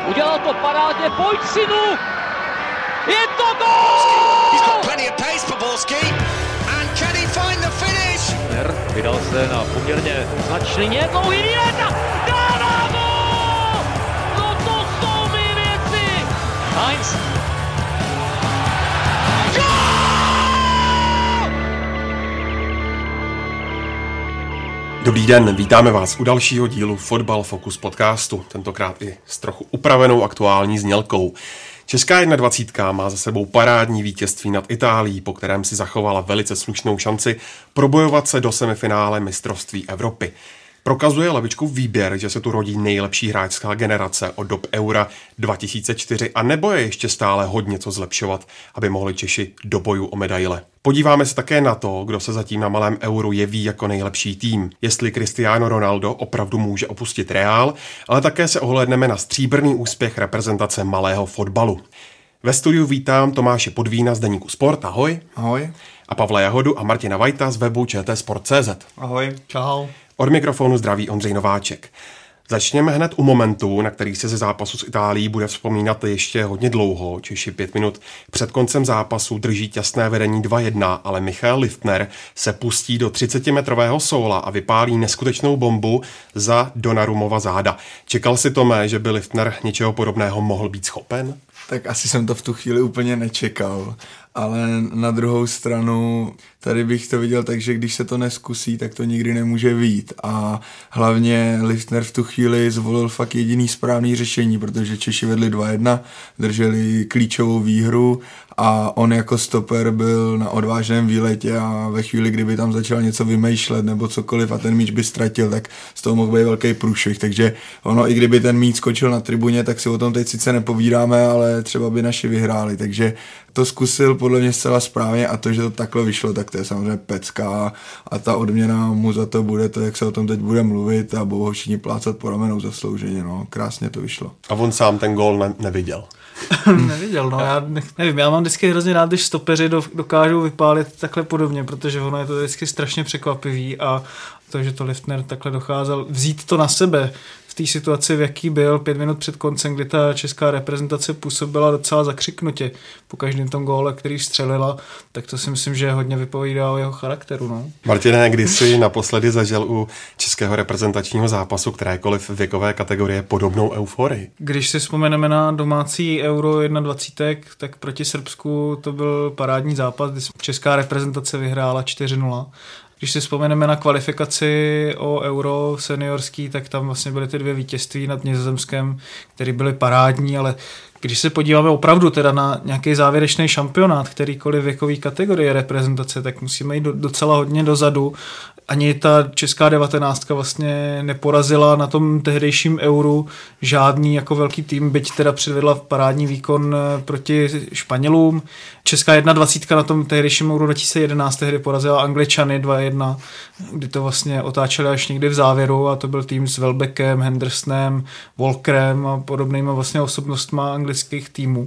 Udělal to parádně, pojď synu! Je to gól! He's got plenty of pace for Borski. And can he find the finish? Vydal se na poměrně značně dlouhý výlet a dává gól! No to jsou my věci! Heinz. Dobrý den, vítáme vás u dalšího dílu Fotbal Focus podcastu, tentokrát i s trochu upravenou aktuální znělkou. Česká 21 má za sebou parádní vítězství nad Itálií, po kterém si zachovala velice slušnou šanci probojovat se do semifinále mistrovství Evropy. Prokazuje Lavičkův výběr, že se tu rodí nejlepší hráčská generace od dob Eura 2004 a nebo je ještě stále hodně co zlepšovat, aby mohli Češi do boju o medaile. Podíváme se také na to, kdo se zatím na malém Euru jeví jako nejlepší tým, jestli Cristiano Ronaldo opravdu může opustit Real, ale také se ohlédneme na stříbrný úspěch reprezentace malého fotbalu. Ve studiu vítám Tomáše Podvína z deníku Sport, ahoj. Ahoj. A Pavla Jahodu a Martina Vajta z webu čtsport.cz. Ahoj. Čau. Od mikrofonu zdraví Ondřej Nováček. Začněme hned u momentu, na který se ze zápasu s Itálií bude vzpomínat ještě hodně dlouho. Češi 5 minut před koncem zápasu drží těsné vedení 2-1, ale Michael Liftner se pustí do 30-metrového sóla a vypálí neskutečnou bombu za Donnarummova záda. Čekal si, Tome, že by Liftner něčeho podobného mohl být schopen? Tak asi jsem to v tu chvíli úplně nečekal, ale na druhou stranu tady bych to viděl tak, že když se to neskusí, tak to nikdy nemůže vyjít a hlavně Liftner v tu chvíli zvolil fakt jediný správný řešení, protože Češi vedli 2-1, drželi klíčovou výhru a on jako stoper byl na odvážném výletě a ve chvíli, kdyby tam začal něco vymýšlet nebo cokoliv a ten míč by ztratil, tak z toho mohl být velký průšvih, takže ono, i kdyby ten míč skočil na tribuně, tak si o tom teď sice nepovídáme, ale třeba by naši vyhráli, takže to zkusil podle mě zcela správně a to, že to takhle vyšlo, tak to je samozřejmě pecka a ta odměna mu za to bude to, jak se o tom teď bude mluvit a budou ho všichni plácat po ramenou zaslouženě, no, krásně to vyšlo. A on sám ten gól neviděl. Neviděl, no, já nevím, já mám vždycky hrozně rád, když stopeři dokážou vypálit takhle podobně, protože ono je to vždycky strašně překvapivý a to, že to Liftner takhle dokázal vzít to na sebe v té situaci, v jaký byl 5 minut před koncem, kdy ta česká reprezentace působila docela zakřiknutě po každém tom góle, který vstřelila, tak to si myslím, že hodně vypovídá o jeho charakteru. No. Martine, kdy jsi naposledy zažil u českého reprezentačního zápasu kterékoliv věkové kategorie podobnou euforii? Když si vzpomeneme na domácí Euro 21, tak proti Srbsku to byl parádní zápas, kdy česká reprezentace vyhrála 4-0. Když si vzpomeneme na kvalifikaci o Euro seniorský, tak tam vlastně byly ty 2 vítězství nad Nizozemskem, které byly parádní, ale když se podíváme opravdu teda na nějaký závěrečný šampionát, kterýkoliv věkový kategorie reprezentace, tak musíme jít docela hodně dozadu. Ani ta česká 19 vlastně neporazila na tom tehdejším Euru žádný jako velký tým, byť teda předvedla parádní výkon proti Španělům. Česká 21 na tom tehdejším Euru 2011 tehdy porazila Angličany 2-1, kdy to vlastně otáčeli až někdy v závěru a to byl tým s Welbeckem, Hendersonem, Walkerem a podobnými vlastně osobnostma anglických týmů.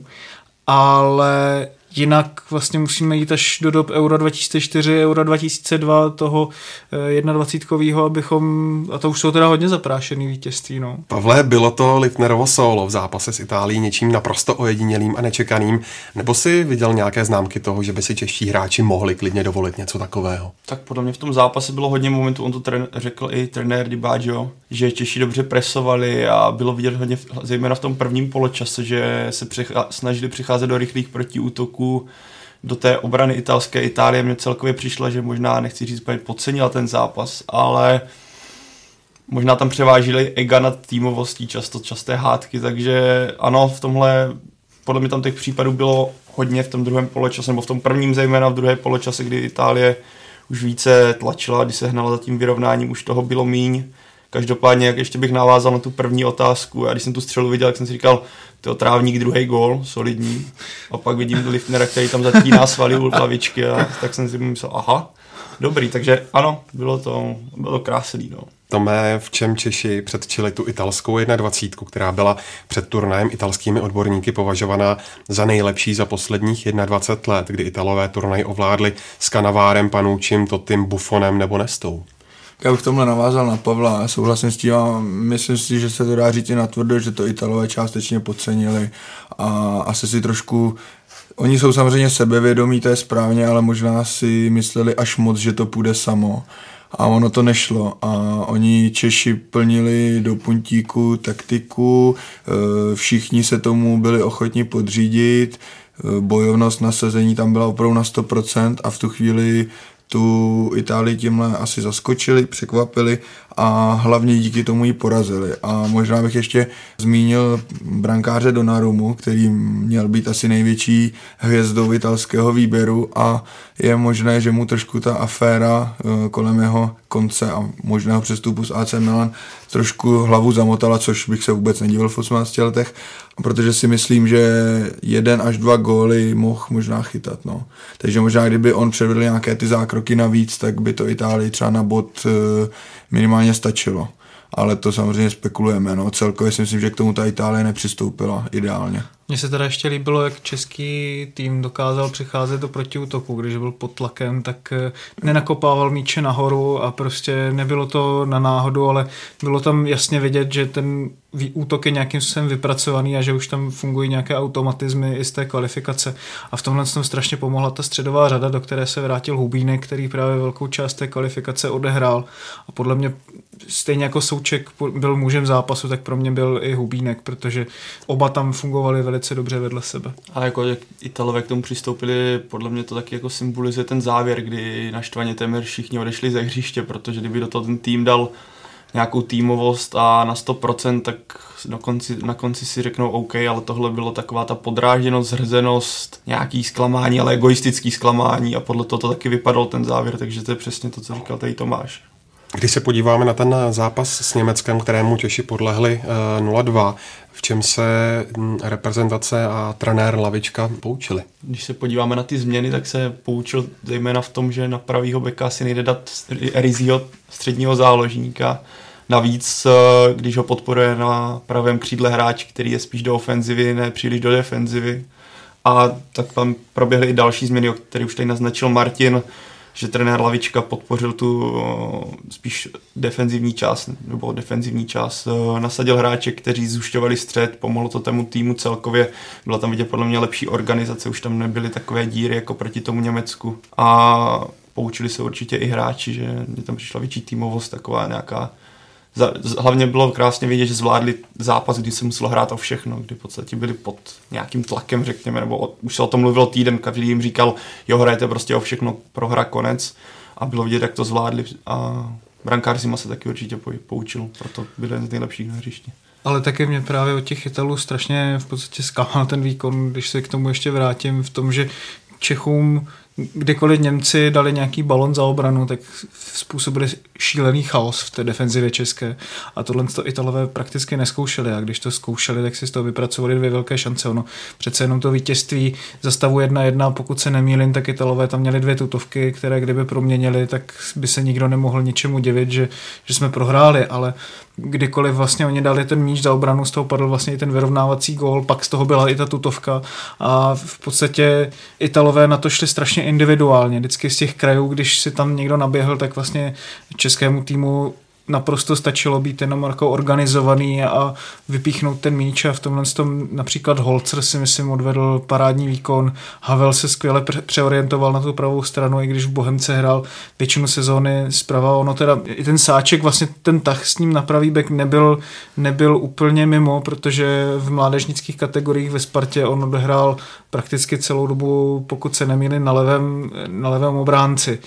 Ale jinak vlastně musíme jít až do dob Euro 2004, Euro 2002, toho 21kovýho, abychom, a to už jsou teda hodně zaprášený vítězství. No. Pavle, bylo to Liftnerovo solo v zápase s Itálií něčím naprosto ojedinělým a nečekaným, nebo si viděl nějaké známky toho, že by si čeští hráči mohli klidně dovolit něco takového? Tak podle mě v tom zápase bylo hodně momentů, on to řekl i trenér Di Baggio, že Češi dobře presovali a bylo vidět hodně, zejména v tom prvním poločase, že se snažili přicházet do rychlých protiútoků do té obrany italské. Itálie mě celkově přišla, že možná, nechci říct, podcenila ten zápas, ale možná tam převážily ega nad týmovostí, časté hádky, takže ano, v tomhle, podle mě tam těch případů bylo hodně v tom druhém poločase, nebo v tom prvním zejména v druhé poločase, kdy Itálie už více tlačila, když se hnala za tím vyrovnáním, už toho bylo míň. Každopádně, jak ještě bych navázal na tu první otázku, a když jsem tu střelu viděl, tak jsem si říkal, to Trávník druhý gól, solidní, a pak vidím Liftnera, který tam zatíná svaly u lavičky, a tak jsem si myslel, aha, dobrý, takže ano, bylo to krásný, no. Tome, v čem Češi předčili tu italskou 21, která byla před turnajem italskými odborníky považovaná za nejlepší za posledních 21 let, kdy Italové turnaj ovládli s Cannavárem, Panucim, Tottim, Buffonem nebo Nestou? Já bych tomhle navázal na Pavla, já souhlasím s tím a myslím si, že se to dá říct i natvrdo, že to Italové částečně podcenili a asi si trošku, oni jsou samozřejmě sebevědomí, to je správně, ale možná si mysleli až moc, že to půjde samo. A ono to nešlo a oni Češi plnili do puntíku taktiku, všichni se tomu byli ochotni podřídit, bojovnost, nasazení tam byla opravdu na 100% a v tu chvíli tu Itálii tímhle asi zaskočili, překvapili a hlavně díky tomu ji porazili. A možná bych ještě zmínil brankáře Donnarumu, který měl být asi největší hvězdou italského výběru a je možné, že mu trošku ta aféra kolem jeho konce a možného přestupu z AC Milan trošku hlavu zamotala, což bych se vůbec nedivil v 18 letech, protože si myslím, že 1 až 2 góly mohl možná chytat. No. Takže možná, kdyby on předvedl nějaké ty zákroky navíc, tak by to Itálii třeba na bod minimálně stačilo. Ale to samozřejmě spekulujeme. No. Celkově si myslím, že k tomu ta Itálie nepřistoupila ideálně. Mně se teda ještě líbilo, jak český tým dokázal přicházet do protiútoku, když byl pod tlakem, tak nenakopával míče nahoru a prostě nebylo to na náhodu, ale bylo tam jasně vidět, že ten útok je nějakým způsobem vypracovaný a že už tam fungují nějaké automatizmy i z té kvalifikace. A v tomhle tom strašně pomohla ta středová řada, do které se vrátil Hubínek, který právě velkou část té kvalifikace odehrál. A podle mě stejně jako Souček byl mužem zápasu, tak pro mě byl i Hubínek, protože oba tam fungovali velice dobře vedle sebe. A jako jak Italové k tomu přistoupili, podle mě to taky jako symbolizuje ten závěr, kdy naštvaně téměř všichni odešli ze hřiště, protože kdyby do toho ten tým dal nějakou týmovost a na 100%, tak na konci si řeknou OK, ale tohle bylo taková ta podrážděnost, zhrzenost, nějaký zklamání, ale egoistický zklamání a podle toho to taky vypadal ten závěr, takže to je přesně to, co říkal tady Tomáš. Když se podíváme na ten zápas s Německem, kterému Češi podlehli 0-2, v čem se reprezentace a trenér Lavička poučili? Když se podíváme na ty změny, tak se poučil zejména v tom, že na pravýho beka si nejde dát Erizího, středního záložníka. Navíc, když ho podporuje na pravém křídle hráč, který je spíš do ofenzivy, ne příliš do defenzivy. A tak tam proběhly i další změny, o které už tady naznačil Martin, že trenér Lavička podpořil tu spíš defenzivní část, nasadil hráče, kteří zušťovali střed, pomohlo to tomu týmu celkově, byla tam vidět podle mě lepší organizace, už tam nebyly takové díry jako proti tomu Německu a poučili se určitě i hráči, že mě tam přišla větší týmovost, taková nějaká. Hlavně bylo krásně vidět, že zvládli zápas, kdy se muselo hrát o všechno, kdy v podstatě byli pod nějakým tlakem, řekněme, nebo už se o tom mluvilo týden, každý jim říkal, jo, hrajete prostě o všechno, prohra, konec a bylo vidět, jak to zvládli a brankář Zima se taky určitě poučil, proto byl jeden z nejlepších na hřišti. Ale taky mě právě od těch Italů strašně v podstatě zklamal ten výkon, když se k tomu ještě vrátím, v tom, že Čechům, kdykoliv Němci dali nějaký balon za obranu, tak způsobili šílený chaos v té defenzivě české. A tohle to Italové prakticky neskoušeli. A když to zkoušeli, tak si z toho vypracovali 2 velké šance. Ono přece jenom to vítězství za stavu 1-1, pokud se nemýlím, tak Italové tam měli 2 tutovky, které kdyby proměnili, tak by se nikdo nemohl ničemu divit, že jsme prohráli. Ale kdykoliv vlastně oni dali ten míč za obranu, z toho padl vlastně i ten vyrovnávací gól, pak z toho byla i ta tutovka a v podstatě Italové na to šli strašně individuálně. Vždycky z těch krajů, když si tam někdo naběhl, tak vlastně českému týmu naprosto stačilo být jenom jako organizovaný a vypíchnout ten míč a v tomhle tom například Holzer si myslím odvedl parádní výkon. Havel se skvěle přeorientoval na tu pravou stranu, i když v Bohemce hrál většinu sezóny zprava. Ono teda i ten sáček, vlastně ten tah s ním na pravý bek nebyl úplně mimo, protože v mládežnických kategoriích ve Spartě on odehrál prakticky celou dobu, pokud se nemýlím, na levém obránci.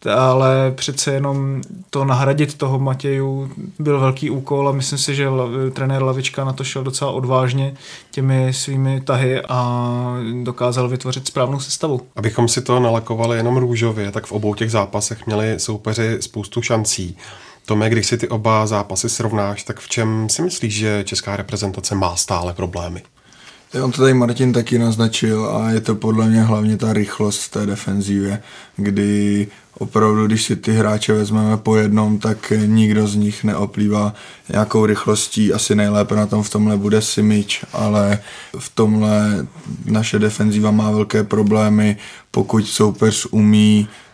Ale přece jenom to nahradit toho Matěju byl velký úkol a myslím si, že trenér Lavička na to šel docela odvážně těmi svými tahy a dokázal vytvořit správnou sestavu. Abychom si to nalakovali jenom růžově, tak v obou těch zápasech měli soupeři spoustu šancí. Tome, když si ty oba zápasy srovnáš, tak v čem si myslíš, že česká reprezentace má stále problémy? On to tady Martin taky naznačil a je to podle mě hlavně ta rychlost v té defenzívě, kdy opravdu, když si ty hráče vezmeme po jednom, tak nikdo z nich neoplývá nějakou rychlostí. Asi nejlépe na tom v tomhle bude Simič, ale v tomhle naše defenzíva má velké problémy, pokud soupeř umí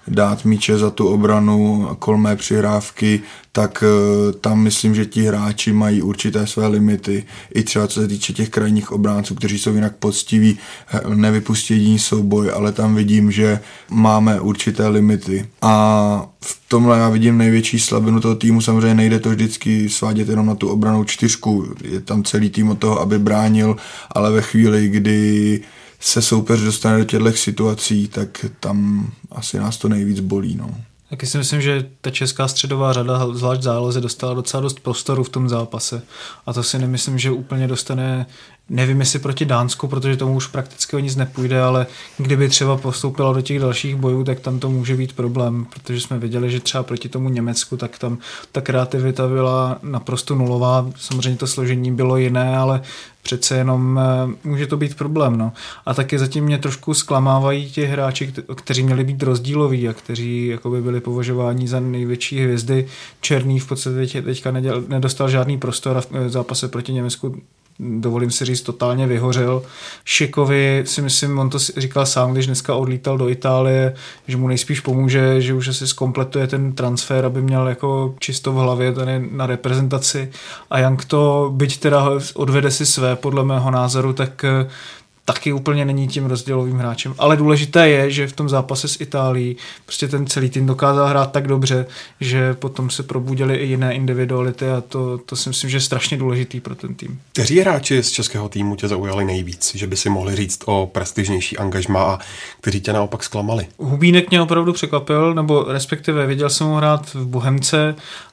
dát míče za tu obranu, kolmé přihrávky, tak tam myslím, že ti hráči mají určité své limity. I třeba co se týče těch krajních obránců, kteří jsou jinak poctiví, nevypustí jediný souboj, ale tam vidím, že máme určité limity. A v tomhle já vidím největší slabinu toho týmu. Samozřejmě nejde to vždycky svádět jenom na tu obranou čtyřku. Je tam celý tým od toho, aby bránil, ale ve chvíli, kdy se soupeř dostane do těchto situací, tak tam asi nás to nejvíc bolí. No. Taky si myslím, že ta česká středová řada, zvlášť záloze, dostala docela dost prostoru v tom zápase. A to si nemyslím, že úplně dostane, nevím jestli proti Dánsku, protože tomu už prakticky o nic nepůjde, ale kdyby třeba postoupila do těch dalších bojů, tak tam to může být problém, protože jsme viděli, že třeba proti tomu Německu, tak tam ta kreativita byla naprosto nulová. Samozřejmě to složení bylo jiné, ale přece jenom může to být problém. No. A taky zatím mě trošku zklamávají ti hráči, kteří měli být rozdíloví a kteří jakoby byli považováni za největší hvězdy. Černý v podstatě teďka nedostal žádný prostor a v zápase proti Německu, dovolím si říct, totálně vyhořel. Šikovi si myslím, on to říkal sám, když dneska odlítal do Itálie, že mu nejspíš pomůže, že už asi zkompletuje ten transfer, aby měl jako čisto v hlavě tady na reprezentaci. A Young to, byť teda odvede si své, podle mého názoru, tak taky úplně není tím rozdílovým hráčem. Ale důležité je, že v tom zápase s Itálií prostě ten celý tým dokázal hrát tak dobře, že potom se probudily i jiné individuality a to si myslím, že je strašně důležitý pro ten tým. Kteří hráči z českého týmu tě zaujali nejvíc, že by si mohli říct o prestižnější angažmá a kteří tě naopak zklamali? Hubínek mě opravdu překvapil, nebo respektive viděl jsem ho hrát v Bohemce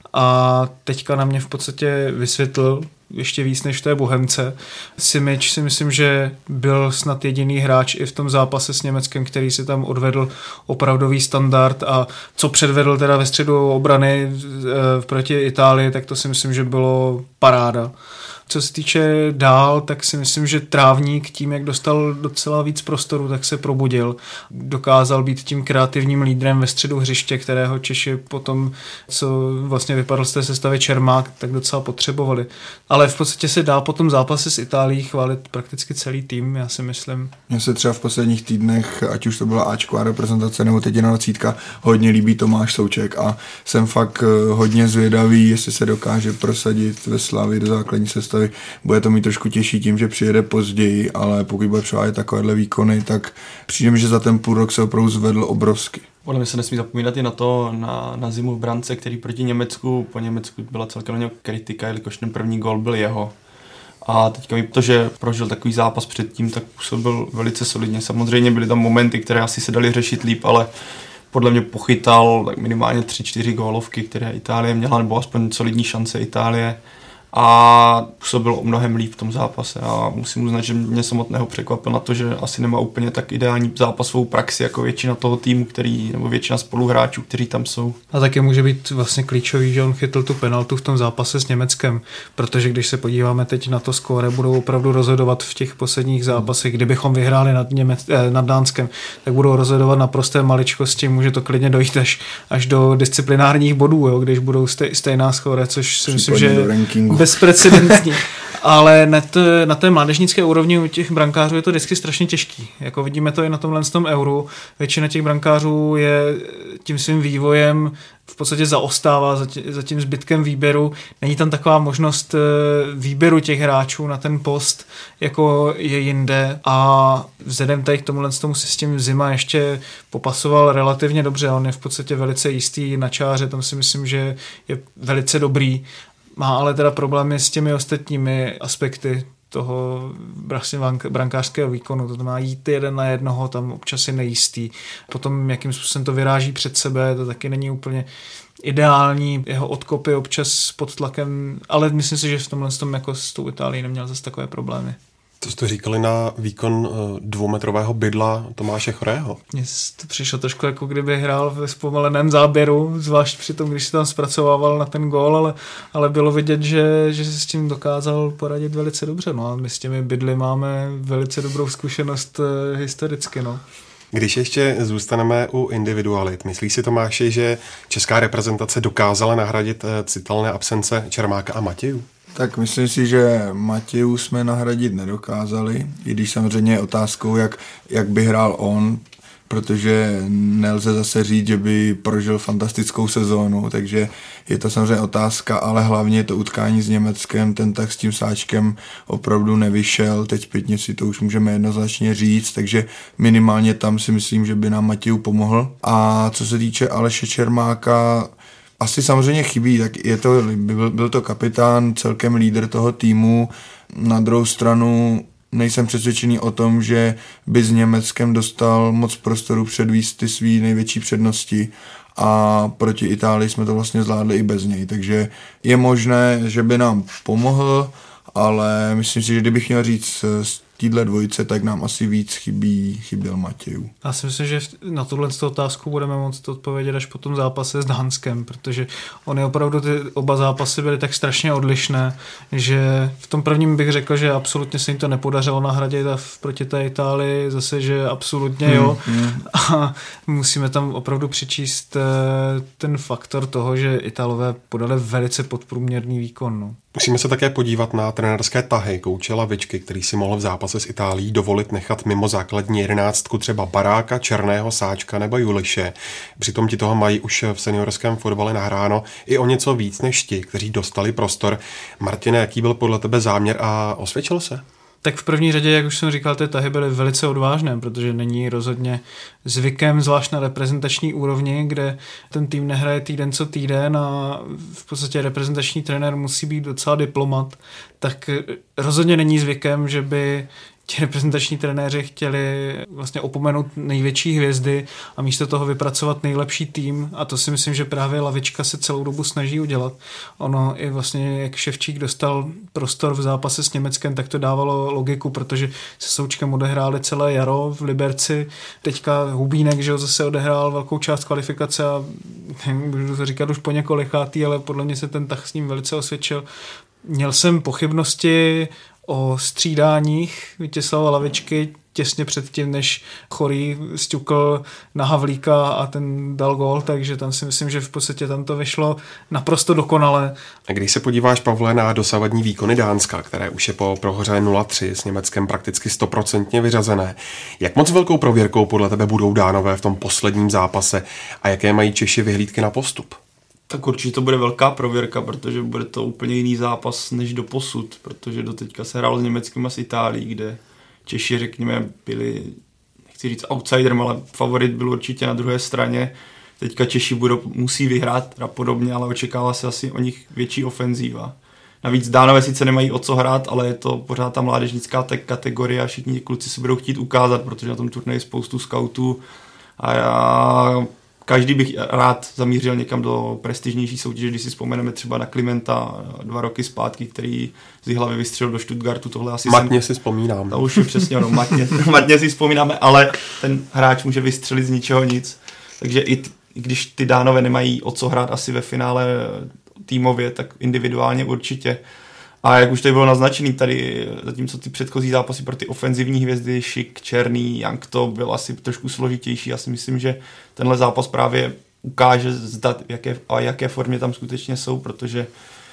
a teďka na mě v podstatě vysvětlil ještě víc než v té Bohemce. Simič si myslím, že byl snad jediný hráč i v tom zápase s Německem, který si tam odvedl opravdový standard a co předvedl teda ve středu obrany proti Itálii, tak to si myslím, že bylo paráda. Co se týče dál, tak si myslím, že Trávník tím, jak dostal docela víc prostoru, tak se probudil. Dokázal být tím kreativním lídrem ve středu hřiště, kterého Češi potom, co vlastně vypadl z té sestavy Čermák, tak docela potřebovali. Ale v podstatě se dá po tom zápase s Itálií chválit prakticky celý tým, já si myslím. Mně se třeba v posledních týdnech, ať už to byla Ačková reprezentace nebo teď 21, hodně líbí Tomáš Souček a jsem fakt hodně zvědavý, jestli se dokáže prosadit ve Slavii do základní sestavy. Bude to mít trošku těžší tím, že přijede později, ale pokud bude převádět takovéhle výkony, tak přijde mi, že za ten půl rok se opravdu zvedl obrovsky. Podle mě se nesmí zapomínat i na to, na zimu v brance, který proti Německu, po Německu byla celkem kritika, jelikož ten první gól byl jeho. A teďka to, že prožil takový zápas předtím, tak působil velice solidně. Samozřejmě byly tam momenty, které asi se daly řešit líp, ale podle mě pochytal tak minimálně 3-4 gólovky, které Itálie měla, nebo aspoň solidní šance Itálie. A působil mnohem líp v tom zápase a musím uznat, že mě samotného překvapil na to, že asi nemá úplně tak ideální zápasovou praxi jako většina toho týmu, nebo většina spoluhráčů, kteří tam jsou. A taky může být vlastně klíčový, že on chytl tu penaltu v tom zápase s Německem, protože když se podíváme teď na to skóre, budou opravdu rozhodovat v těch posledních zápasech, kdybychom vyhráli nad Dánskem, tak budou rozhodovat na prosté maličkosti, může to klidně dojít až do disciplinárních bodů, jo, když budou stejná skóre, což si myslím, že bezprecedentní. Ale na té mládežnické úrovni u těch brankářů je to vždycky strašně těžký. Jako vidíme to i na tomhle euru. Většina těch brankářů je tím svým vývojem v podstatě zaostává za tím zbytkem výběru. Není tam taková možnost výběru těch hráčů na ten post, jako je jinde. A vzhledem tady k tomu si s tím Zima ještě popasoval relativně dobře. On je v podstatě velice jistý na čáře, tam si myslím, že je velice dobrý. Má ale teda problémy s těmi ostatními aspekty toho brankářského výkonu. To znamená jít jeden na jednoho, tam občas je nejistý. Potom, jakým způsobem to vyráží před sebe, to taky není úplně ideální. Jeho odkopy občas pod tlakem, ale myslím si, že v tomhle jako s tou Itálií neměl zase takové problémy. Co jste říkali na výkon 2metrového bydla Tomáše Chorého? Mně to přišlo trošku jako kdyby hrál ve zpomaleném záběru, zvlášť při tom, když se tam zpracovával na ten gól, ale bylo vidět, že se s tím dokázal poradit velice dobře. No a my s těmi bydly máme velice dobrou zkušenost historicky. No. Když ještě zůstaneme u individualit, myslí si Tomáši, že česká reprezentace dokázala nahradit citelné absence Čermáka a Matějů? Tak myslím si, že Matějů jsme nahradit nedokázali, i když samozřejmě je otázkou, jak by hrál on. protože nelze zase říct, že by prožil fantastickou sezónu, takže je to samozřejmě otázka, ale hlavně to utkání s Německem, ten tak s tím sáčkem opravdu nevyšel, teď zpětně si to už můžeme jednoznačně říct, takže minimálně tam si myslím, že by nám Matěj pomohl. A co se týče Aleše Čermáka, asi samozřejmě chybí, tak byl to kapitán, celkem lídr toho týmu. Na druhou stranu nejsem přesvědčený o tom, že by s Německem dostal moc prostoru předvíst ty svý největší přednosti a proti Itálii jsme to vlastně zvládli i bez něj, takže je možné, že by nám pomohl, ale myslím si, že kdybych měl říct z téhle dvojice, tak nám asi víc chyběl Matěj. Já si myslím, že na tuhle otázku budeme moct odpovědět až po tom zápase s Dánskem, protože oni opravdu ty oba zápasy byly tak strašně odlišné, že v tom prvním bych řekl, že absolutně se jim to nepodařilo nahradit a proti té Itálii zase, že absolutně jo. A musíme tam opravdu přičíst ten faktor toho, že Italové podali velice podprůměrný výkon. No. Musíme se také podívat na trenérské tahy kouče Lavičky, který si mohl v zápase s Itálií dovolit nechat mimo základní 11 třeba Baráka, Černého, Sáčka nebo Juliše. Přitom ti toho mají už v seniorském fotbale nahráno i o něco víc než ti, kteří dostali prostor. Martine, jaký byl podle tebe záměr a osvědčil se? Tak v první řadě, jak už jsem říkal, ty tahy byly velice odvážné, protože není rozhodně zvykem, zvlášť na reprezentační úrovni, kde ten tým nehraje týden co týden a v podstatě reprezentační trenér musí být docela diplomat, tak rozhodně není zvykem, že by ti reprezentační trenéři chtěli vlastně opomenout největší hvězdy a místo toho vypracovat nejlepší tým a to si myslím, že právě Lavička se celou dobu snaží udělat. Ono i vlastně, jak Ševčík dostal prostor v zápase s Německem, tak to dávalo logiku, protože se Součkem odehráli celé jaro v Liberci, teďka Hubínek, že ho zase odehrál velkou část kvalifikace a můžu to říkat už po několikátý, ale podle mě se ten tah s ním velice osvědčil. Měl jsem pochybnosti o střídáních Vítězslava Lavičky těsně předtím, než Chorý sťukl na Havlíka a ten dal gól, takže tam si myslím, že v podstatě tam to vyšlo naprosto dokonale. A když se podíváš, Pavle, na dosavadní výkony Dánska, které už je po prohře 0-3 s Německem prakticky 100% vyřazené, jak moc velkou prověrkou podle tebe budou Dánové v tom posledním zápase a jaké mají Češi vyhlídky na postup? Tak určitě to bude velká prověrka, protože bude to úplně jiný zápas než doposud, protože doteďka se hrál s Německem a s Itálií, kde Češi, řekněme, byli, nechci říct outsiderem, ale favorit byl určitě na druhé straně. Teďka Češi musí vyhrát podobně, ale očekává se asi o nich větší ofenzíva. Navíc Dánové sice nemají o co hrát, ale je to pořád ta mládežnická kategorie a všichni kluci se budou chtít ukázat, protože na tom turnaji je spoustu scoutů a každý bych rád zamířil někam do prestižnější soutěže, když si vzpomeneme třeba na Klimenta 2 roky zpátky, který z Jihlavy vystřelil do Stuttgartu. Tohle asi matně si vzpomínám. To už je přesně ono, matně si vzpomínáme, ale ten hráč může vystřelit z ničeho nic. Takže i když ty Dánové nemají o co hrát asi ve finále týmově, tak individuálně určitě. A jak už tady bylo naznačený, tady zatímco ty předchozí zápasy pro ty ofenzivní hvězdy, Šik, Černý, Young, to byl asi trošku složitější. Já si myslím, že tenhle zápas právě ukáže, zda, jaké formě tam skutečně jsou, protože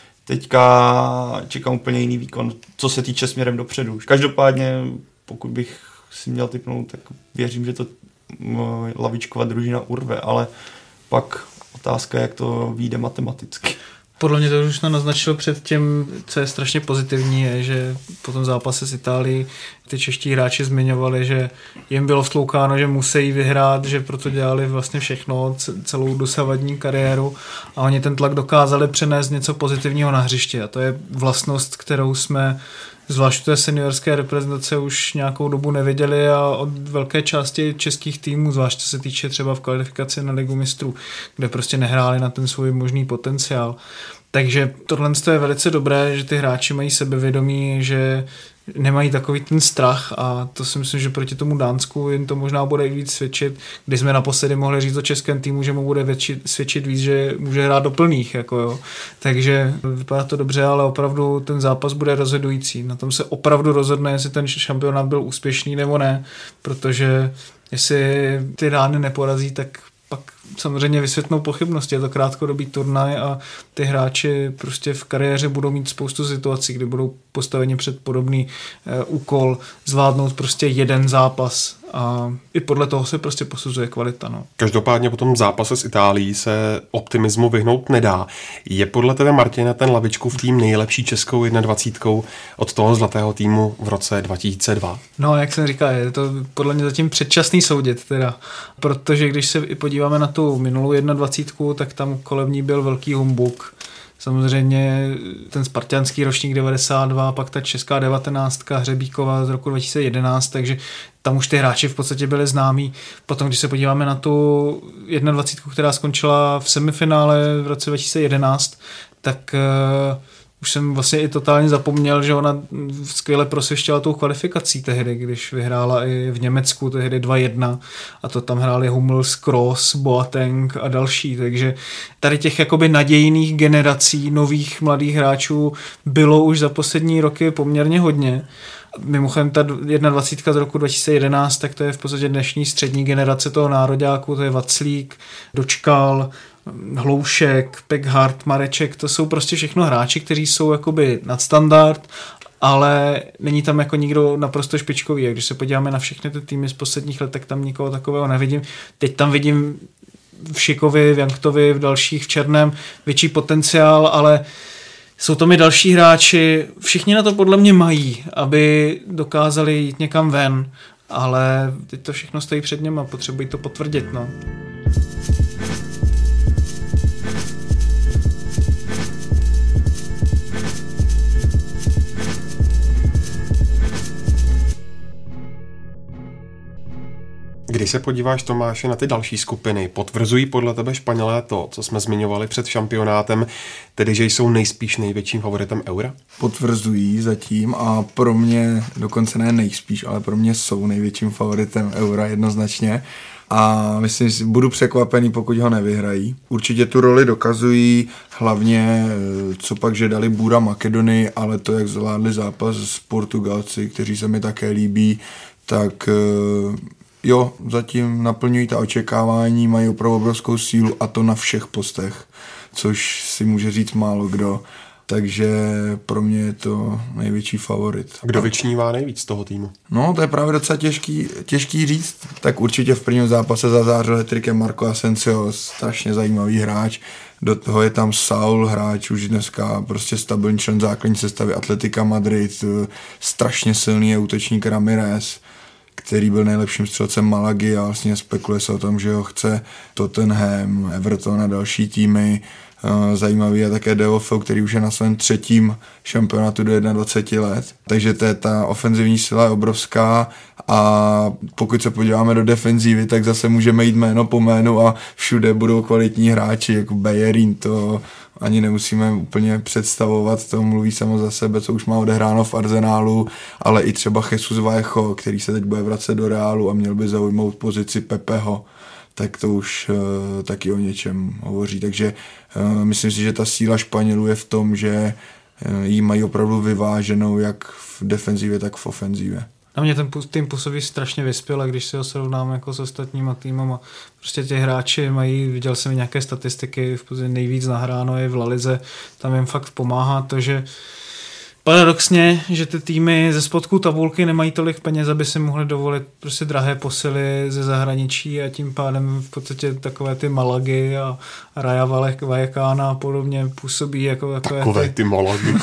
teďka čekám úplně jiný výkon, co se týče směrem dopředu. Každopádně, pokud bych si měl tipnout, tak věřím, že to Lavičkova družina urve, ale pak otázka, jak to vyjde matematicky. Podle mě to už naznačil předtím, co je strašně pozitivní, je, že po tom zápase s Itálií ty čeští hráči zmiňovali, že jim bylo vtloukáno, že musí vyhrát, že proto dělali vlastně všechno, celou dosavadní kariéru a oni ten tlak dokázali přenést něco pozitivního na hřiště a to je vlastnost, kterou jsme zvlášť té seniorské reprezentace už nějakou dobu neviděli a od velké části českých týmů, zvlášť co se týče třeba v kvalifikaci na Ligu mistrů, kde prostě nehráli na ten svůj možný potenciál. Takže tohle je velice dobré, že ty hráči mají sebevědomí, že nemají takový ten strach a to si myslím, že proti tomu Dánsku jim to možná bude i víc svědčit, když jsme naposledy mohli říct o českém týmu, že mu bude svědčit víc, že může hrát do plných. Jako jo. Takže vypadá to dobře, ale opravdu ten zápas bude rozhodující. Na tom se opravdu rozhodne, jestli ten šampionát byl úspěšný nebo ne, protože jestli ty Dány neporazí, tak pak samozřejmě vysvětnou pochybnosti. Je to krátkodobý turnaj a ty hráči prostě v kariéře budou mít spoustu situací, kdy budou postaveni před podobný úkol zvládnout prostě jeden zápas a i podle toho se prostě posuzuje kvalita. No. Každopádně po tom zápase s Itálií se optimismu vyhnout nedá. Je podle tebe, Martina, ten Lavičkův tým nejlepší českou 21 od toho zlatého týmu v roce 2002? No, jak jsem říkal, je to podle mě zatím předčasný soudit teda, protože když se i podíváme na tu minulou 21, tak tam kolem ní byl velký humbuk. Samozřejmě ten spartianský ročník 92, pak ta česká 19, Hřebíková z roku 2011, takže tam už ty hráči v podstatě byli známí. Potom, když se podíváme na tu 21, která skončila v semifinále v roce 2011, tak už jsem vlastně i totálně zapomněl, že ona skvěle prosvištěla tou kvalifikací tehdy, když vyhrála i v Německu tehdy 2-1 a to tam hráli Hummels, Kroos, Boateng a další, takže tady těch jakoby nadějných generací nových mladých hráčů bylo už za poslední roky poměrně hodně. Mimochodem ta 21 z roku 2011, tak to je v podstatě dnešní střední generace toho nároďáku, to je Vaclík, Dočkal, Hloušek, Pekhart, Mareček, to jsou prostě všechno hráči, kteří jsou jakoby nadstandard, ale není tam jako nikdo naprosto špičkový. A když se podíváme na všechny ty týmy z posledních let, tak tam nikoho takového nevidím. Teď tam vidím v Šikovi, v Janktovi, v dalších, v Černém větší potenciál, ale jsou to mi další hráči, všichni na to podle mě mají, aby dokázali jít někam ven, ale teď to všechno stojí před něm a potřebují to potvrdit. No. Když se podíváš, Tomáši, na ty další skupiny, potvrzují podle tebe Španělé to, co jsme zmiňovali před šampionátem, tedy že jsou nejspíš největším favoritem Eura? Potvrzují zatím a pro mě, dokonce ne nejspíš, ale pro mě jsou největším favoritem Eura jednoznačně. A myslím si, budu překvapený, pokud ho nevyhrají. Určitě tu roli dokazují, hlavně co pak, že dali bůra Makedonii, ale to, jak zvládli zápas s Portugalci, kteří se mi také líbí, tak jo, zatím naplňují ta očekávání, mají opravdu obrovskou sílu a to na všech postech, což si může říct málo kdo. Takže pro mě je to největší favorit. Kdo vyčnívá nejvíc z toho týmu? No, to je právě docela těžký říct. Tak určitě v prvním zápase zazářil hat-trickem Marco Asensio, strašně zajímavý hráč. Do toho je tam Saul, hráč už dneska prostě stabilní člen základní sestavy Atletica Madrid, strašně silný je útočník Ramirez, který byl nejlepším střelcem Malagy a vlastně spekuluje se o tom, že ho chce Tottenham, Everton a další týmy. Zajímavý je také Deulofeu, který už je na svém třetím šampionátu do 21 let. Takže ta ofenzivní síla je obrovská a pokud se podíváme do defenzívy, tak zase můžeme jít jméno po jménu a všude budou kvalitní hráči, jako Bellerin, to ani nemusíme úplně představovat, to mluví samo za sebe, co už má odehráno v Arsenálu, ale i třeba Jesus Vallejo, který se teď bude vracet do Reálu a měl by zaujmout pozici Pepeho, tak to už taky o něčem hovoří. Takže myslím si, že ta síla Španělů je v tom, že jí mají opravdu vyváženou jak v defenzivě, tak v ofenzivě. Na mě ten tým působí strašně vyspěle, když si ho srovnám jako s ostatníma týmama. Prostě ti hráči mají, viděl jsem nějaké statistiky, v podstatě nejvíc nahráno je v La Lize, tam jim fakt pomáhá to, že paradoxně, že ty týmy ze spodku tabulky nemají tolik peněz, aby si mohli dovolit prostě drahé posily ze zahraničí a tím pádem v podstatě takové ty Malagy a Raja Vallecana a podobně působí jako takové ty Malagy.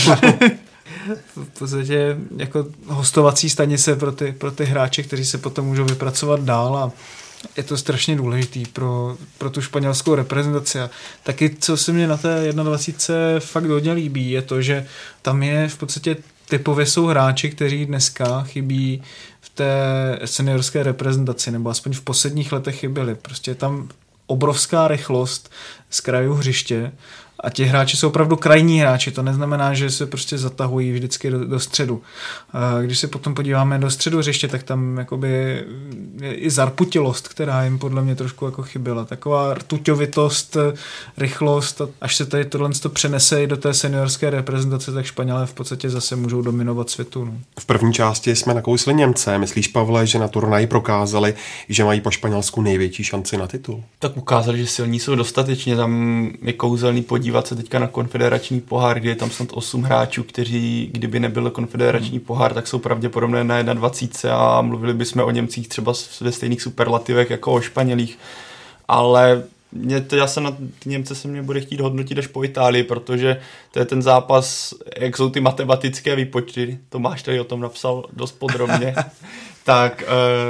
V podstatě jako hostovací stanice pro ty hráče, kteří se potom můžou vypracovat dál a je to strašně důležitý pro tu španělskou reprezentaci. A taky, co se mě na té 21 fakt hodně líbí, je to, že tam je v podstatě typově jsou hráči, kteří dneska chybí v té seniorské reprezentaci, nebo aspoň v posledních letech chyběli. Prostě je tam obrovská rychlost z krajů hřiště a ti hráči jsou opravdu krajní hráči, to neznamená, že se prostě zatahují vždycky do středu. A když se potom podíváme do středu hřiště, tak tam jakoby je i zarputilost, která jim podle mě trošku jako chyběla. Taková rtuťovitost, rychlost, až se tady tohle přenese i do té seniorské reprezentace, tak Španělé v podstatě zase můžou dominovat světu. No. V první části jsme nakousli Němce. Myslíš, Pavle, že na turnaji prokázali, že mají po Španělsku největší šanci na titul? Tak ukázali, že silní jsou dostatečně, tam je kouzelný podíl podívat se teďka na konfederační pohár, kde je tam snad 8 hráčů, kteří, kdyby nebyl konfederační pohár, tak jsou pravděpodobně na 21 a mluvili bychom o Němcích třeba ve stejných superlativech jako o Španělích, ale já se na ty Němce se mě bude chtít hodnotit až po Itálii, protože to je ten zápas, jak jsou ty matematické výpočty, Tomáš tady o tom napsal dost podrobně, tak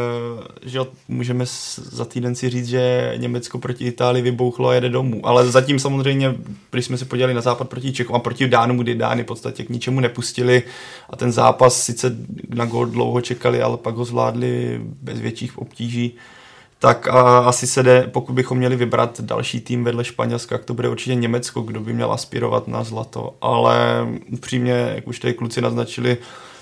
že můžeme za týden si říct, že Německo proti Itálii vybouchlo a jede domů. Ale zatím samozřejmě, když jsme se podívali na západ proti Čechům a proti Dánům, kdy Dány v podstatě k ničemu nepustili a ten zápas sice na gól dlouho čekali, ale pak ho zvládli bez větších obtíží, tak asi se jde, pokud bychom měli vybrat další tým vedle Španělska, tak to bude určitě Německo, kdo by měl aspirovat na zlato. Ale upřímně, jak už tady kluci naznačili,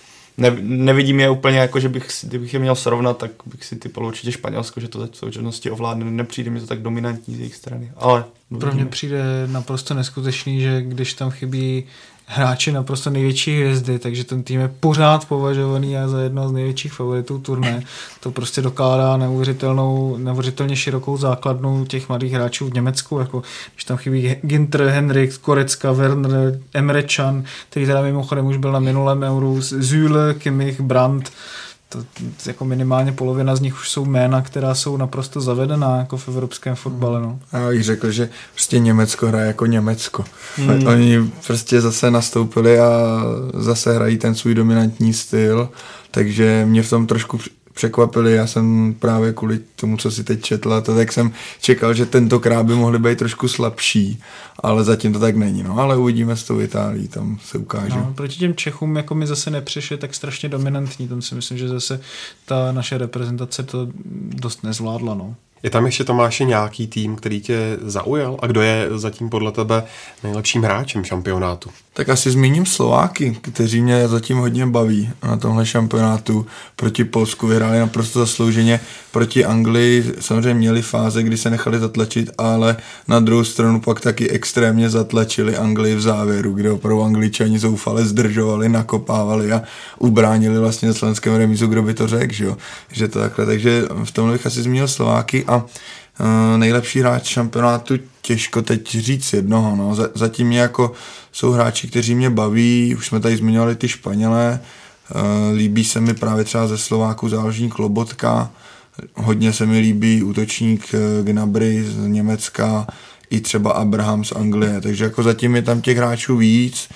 nevidím je úplně jako, že kdybych je měl srovnat, tak bych si typal určitě Španělsko, že to v současnosti ovládne. Nepřijde mi to tak dominantní z jejich strany. Ale pro mě přijde naprosto neskutečný, že když tam chybí hráči naprosto největší hvězdy, takže ten tým je pořád považovaný za jednoho z největších favoritů turné. To prostě dokládá neuvěřitelně širokou základnu těch mladých hráčů v Německu, jako když tam chybí Ginter, Henrik, Korecka, Werner, Emre Can, který teda mimochodem už byl na minulém Euru, Süle, Kimmich, Brandt. To, jako minimálně polovina z nich už jsou jména, která jsou naprosto zavedená jako v evropském fotbale. No. Já bych řekl, že prostě Německo hraje jako Německo. Oni prostě zase nastoupili a zase hrají ten svůj dominantní styl, takže mě v tom trošku překvapili. Já jsem právě kvůli tomu, co si teď četla, tak jsem čekal, že tentokrát by mohli být trošku slabší, ale zatím to tak není. No. Ale uvidíme s tou Itálií, tam se ukáže. No, proti těm Čechům jako mi zase nepřišli tak strašně dominantní. Tam si myslím, že zase ta naše reprezentace to dost nezvládla. No. Je tam ještě, Tomáši, nějaký tým, který tě zaujal? A kdo je zatím podle tebe nejlepším hráčem šampionátu? Tak asi zmíním Slováky, kteří mě zatím hodně baví na tomhle šampionátu. Proti Polsku vyhráli naprosto zaslouženě, proti Anglii samozřejmě měli fáze, kdy se nechali zatlačit, ale na druhou stranu pak taky extrémně zatlačili Anglii v závěru, kde opravdu Angličani zoufale zdržovali, nakopávali a ubránili vlastně slovenském remízu, kdo by to řekl, že to takhle. Takže v tomhle bych asi zmínil Slováky a nejlepší hráč šampionátu těžko teď říct jednoho. No. Zatím mě jako jsou hráči, kteří mě baví, už jsme tady zmiňovali ty Španělé, líbí se mi právě třeba ze Slováků záložník Lobotka, hodně se mi líbí útočník Gnabry z Německa, i třeba Abraham z Anglie, takže jako zatím je tam těch hráčů víc,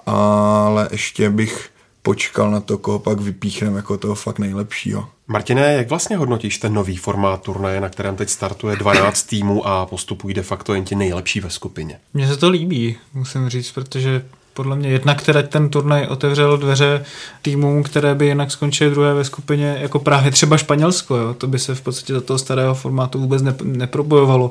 ale ještě bych počkal na to, koho pak vypíchneme jako toho fakt nejlepšího. Martine, jak vlastně hodnotíš ten nový formát turnaje, na kterém teď startuje 12 týmů a postupují de facto jen ti nejlepší ve skupině? Mně se to líbí, musím říct, protože podle mě jednak teda ten turnaj otevřel dveře týmům, které by jinak skončily druhé ve skupině, jako právě třeba Španělsko. Jo? To by se v podstatě do toho starého formátu vůbec neprobojovalo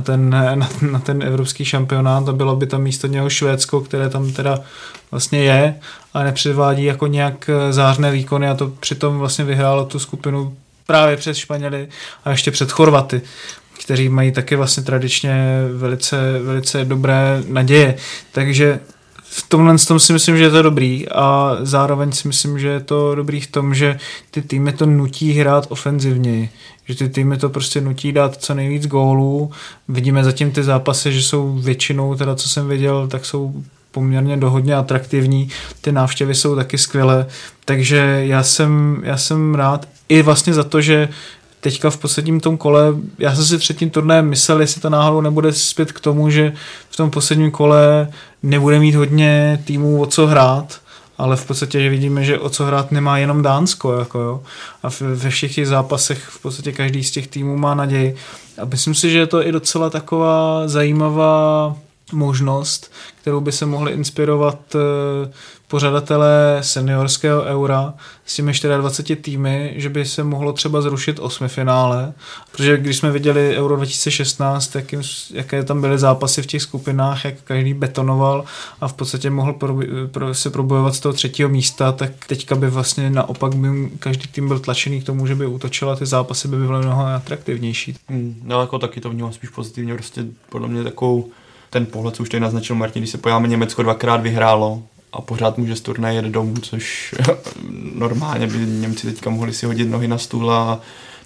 na ten evropský šampionát a bylo by tam místo něho Švédsko, které tam teda vlastně je a nepředvádí jako nějak zářné výkony a to přitom vlastně vyhrálo tu skupinu právě před Španěli a ještě před Chorvaty, kteří mají taky vlastně tradičně velice dobré naděje. Takže v tomhle tom si myslím, že je to dobrý a zároveň si myslím, že je to dobrý v tom, že ty týmy to nutí hrát ofenzivněji, že ty týmy to prostě nutí dát co nejvíc gólů. Vidíme zatím ty zápasy, že jsou většinou, teda co jsem viděl, tak jsou poměrně dohodně atraktivní, ty návštěvy jsou taky skvělé, takže já jsem rád i vlastně za to, že teďka v posledním tom kole, já jsem si před tím turnajem myslel, jestli to náhodou nebude zpět k tomu, že v tom posledním kole nebude mít hodně týmů o co hrát, ale v podstatě že vidíme, že o co hrát nemá jenom Dánsko. Jako jo. A ve všech těch zápasech v podstatě každý z těch týmů má naději. A myslím si, že je to i docela taková zajímavá možnost, kterou by se mohli inspirovat pořadatelé seniorského eura s těmi 24 týmy, že by se mohlo třeba zrušit 8. finále, protože když jsme viděli Euro 2016, jaké tam byly zápasy v těch skupinách, jak každý betonoval a v podstatě mohl se probojovat z toho 3. místa, tak teďka by vlastně naopak by každý tým byl tlačený k tomu, že by útočil a ty zápasy by byly mnoho atraktivnější. No jako taky to vnímám spíš pozitivně, prostě podle mě takovou ten pohled, co už tady naznačil Martin, když se pojáme, Německo 2krát vyhrálo a pořád může z turnaje jet domů, což normálně by Němci teďka mohli si hodit nohy na stůl a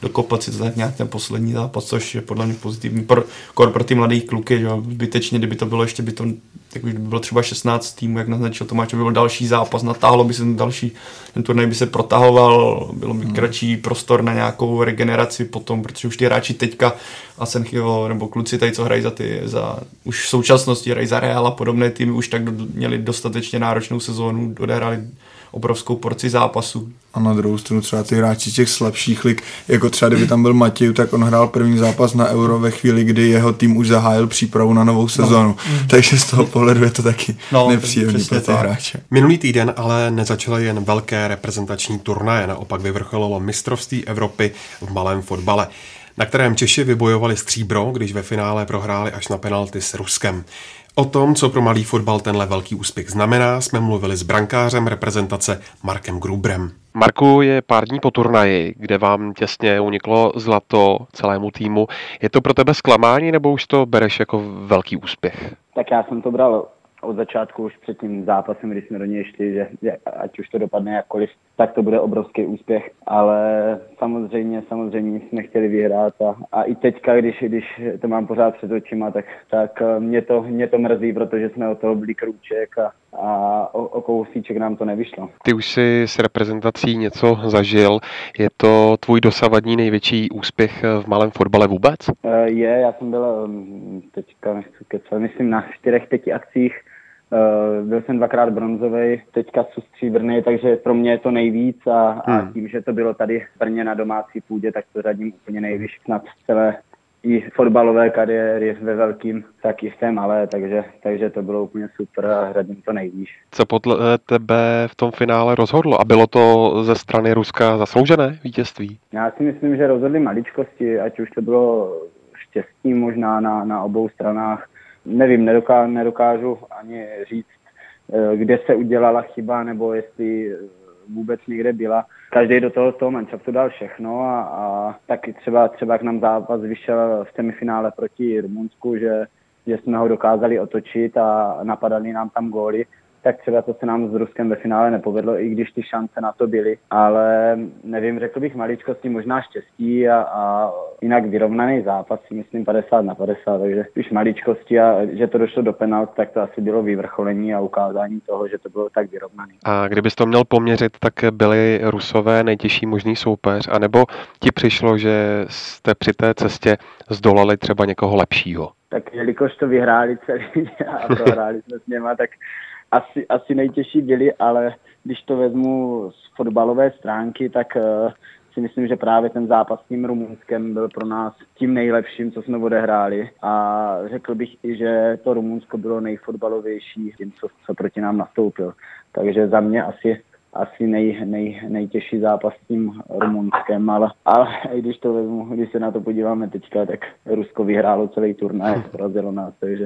dokopat si to tak nějak ten poslední zápas, což je podle mě pozitivní pro ty mladý kluky, že zbytečně, kdyby to bylo ještě tak by bylo třeba 16 týmů, jak naznačil Tomáš, by byl další zápas, natáhlo by se ten turnaj by se protahoval, bylo by kratší prostor na nějakou regeneraci potom, protože už ty hráči teďka Asenchio nebo kluci tady, co hrají už v současnosti hrají za Real a podobné týmy, už tak měli dostatečně náročnou sezónu, odehráli obrovskou porci zápasů. A na druhou stranu třeba ty hráči těch slabších lig, jako třeba kdyby tam byl Matěj, tak on hrál první zápas na Euro ve chvíli, kdy jeho tým už zahájil přípravu na novou sezónu. Takže z toho pohledu je to taky nepříjemný pro ty hráče. Minulý týden ale nezačaly jen velké reprezentační turnaje, naopak vyvrcholilo mistrovství Evropy v malém fotbale, na kterém Češi vybojovali stříbro, když ve finále prohráli až na penalty s Ruskem. O tom, co pro malý fotbal tenhle velký úspěch znamená, jsme mluvili s brankářem reprezentace Markem Gruberem. Marku, je pár dní po turnaji, kde vám těsně uniklo zlato celému týmu. Je to pro tebe zklamání, nebo už to bereš jako velký úspěch? Tak já jsem to bral od začátku už před tím zápasem, když jsme do něj šli, že ať už to dopadne jakkoliv, tak to bude obrovský úspěch, ale samozřejmě jsme chtěli vyhrát a i teďka, když to mám pořád před očima, tak mě to mrzí, protože jsme od toho byli krůček a o kousíček nám to nevyšlo. Ty už jsi s reprezentací něco zažil, je to tvůj dosavadní největší úspěch v malém fotbale vůbec? Já jsem byl teďka, nechci kecat, myslím na 4-5 akcích. Byl jsem 2krát bronzový, teďka jsou stříbrný, takže pro mě je to nejvíc a tím, že to bylo tady v Brně na domácí půdě, tak to řadím úplně nejvíc snad celé i fotbalové kariéry ve velkým, tak i v té malé, takže to bylo úplně super a řadím to nejvíc. Co podle tebe v tom finále rozhodlo? A bylo to ze strany Ruska zasloužené vítězství? Já si myslím, že rozhodli maličkosti, ať už to bylo štěstí možná na obou stranách. Nevím, nedokážu ani říct, kde se udělala chyba, nebo jestli vůbec někde byla. Každý do toho manšaftu dal všechno a taky třeba jak nám zápas vyšel v semifinále proti Rumunsku, že jsme ho dokázali otočit a napadali nám tam góly, tak třeba to se nám s Ruskem ve finále nepovedlo, i když ty šance na to byly. Ale nevím, řekl bych maličkosti, možná štěstí a jinak vyrovnaný zápas, myslím 50-50, takže když maličkosti a že to došlo do penalt, tak to asi bylo vyvrcholení a ukázání toho, že to bylo tak vyrovnaný. A kdybys to měl poměřit, tak byli Rusové nejtěžší možný soupeř, anebo ti přišlo, že jste při té cestě zdolali třeba někoho lepšího? Tak jelikož to vyhráli celý a prohráli jsme s něma, tak asi nejtěžší byli, ale když to vezmu z fotbalové stránky, tak si myslím, že právě ten zápas s tím Rumunskem byl pro nás tím nejlepším, co jsme odehráli. A řekl bych i, že to Rumunsko bylo nejfotbalovější tím, co proti nám nastoupil. Takže za mě asi nejtěžší zápas s tím Rumunskem, ale i když to vezmu, když se na to podíváme teďka, tak Rusko vyhrálo celý turnaj, porazilo nás, takže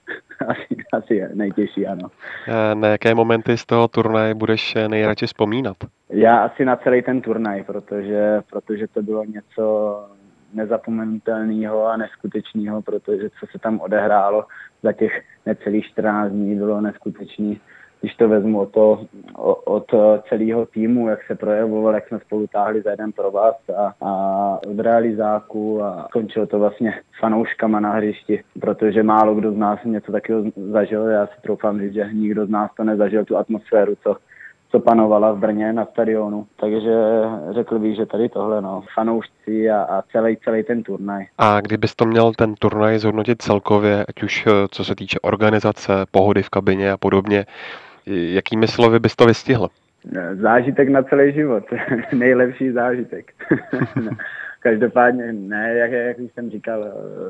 asi nejtěžší, ano. Na jaké momenty z toho turnaje budeš nejradši vzpomínat? Já asi na celý ten turnaj, protože to bylo něco nezapomenutelného a neskutečného, protože co se tam odehrálo za těch necelých 14 dní bylo neskutečný. Když to vezmu od celého týmu, jak se projevoval, jak jsme spolu táhli za jeden provaz a od realizáku a končilo to vlastně fanouškama na hřišti, protože málo kdo z nás něco takového zažil. Já si troufám říct, že nikdo z nás to nezažil, tu atmosféru, co panovala v Brně na stadionu. Takže řekl bych, že tady tohle, fanoušci a celý ten turnaj. A kdybys to měl ten turnaj zhodnotit celkově, ať už co se týče organizace, pohody v kabině a podobně, jakými slovy bys to vystihl? Zážitek na celý život. Nejlepší zážitek. Každopádně ne, jak už jsem říkal,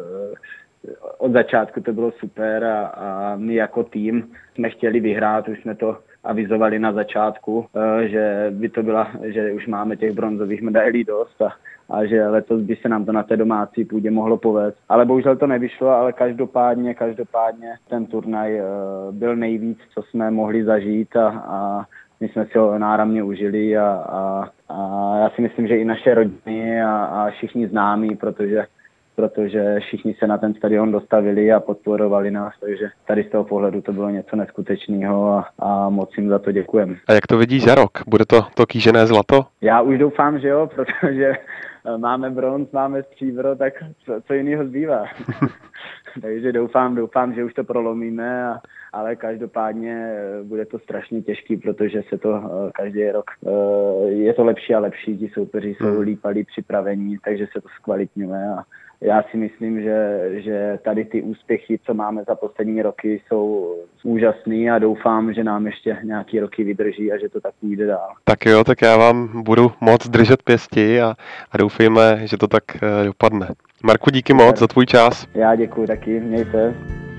od začátku to bylo super a my jako tým jsme chtěli vyhrát, už jsme to avizovali na začátku, že už máme těch bronzových medailí dost a že letos by se nám to na té domácí půdě mohlo povést. Ale bohužel to nevyšlo, ale každopádně ten turnaj byl nejvíc, co jsme mohli zažít a my jsme si ho náramně užili a já si myslím, že i naše rodiny a všichni známí, protože protože všichni se na ten stadion dostavili a podporovali nás, takže tady z toho pohledu to bylo něco neskutečného a moc jim za to děkujeme. A jak to vidíš za rok? Bude to kýžené zlato? Já už doufám, že jo, protože máme bronz, máme stříbro, tak co jiného zbývá. Takže doufám, že už to prolomíme, ale každopádně bude to strašně těžký, protože se to každý rok je to lepší a lepší, ti soupeři jsou lípalí připravení, takže se to zkvalitňuje a já si myslím, že tady ty úspěchy, co máme za poslední roky, jsou úžasný a doufám, že nám ještě nějaký roky vydrží a že to tak půjde dál. Tak jo, tak já vám budu moc držet pěsti a doufejme, že to tak dopadne. Marku, díky moc za tvůj čas. Já děkuji taky, měj se.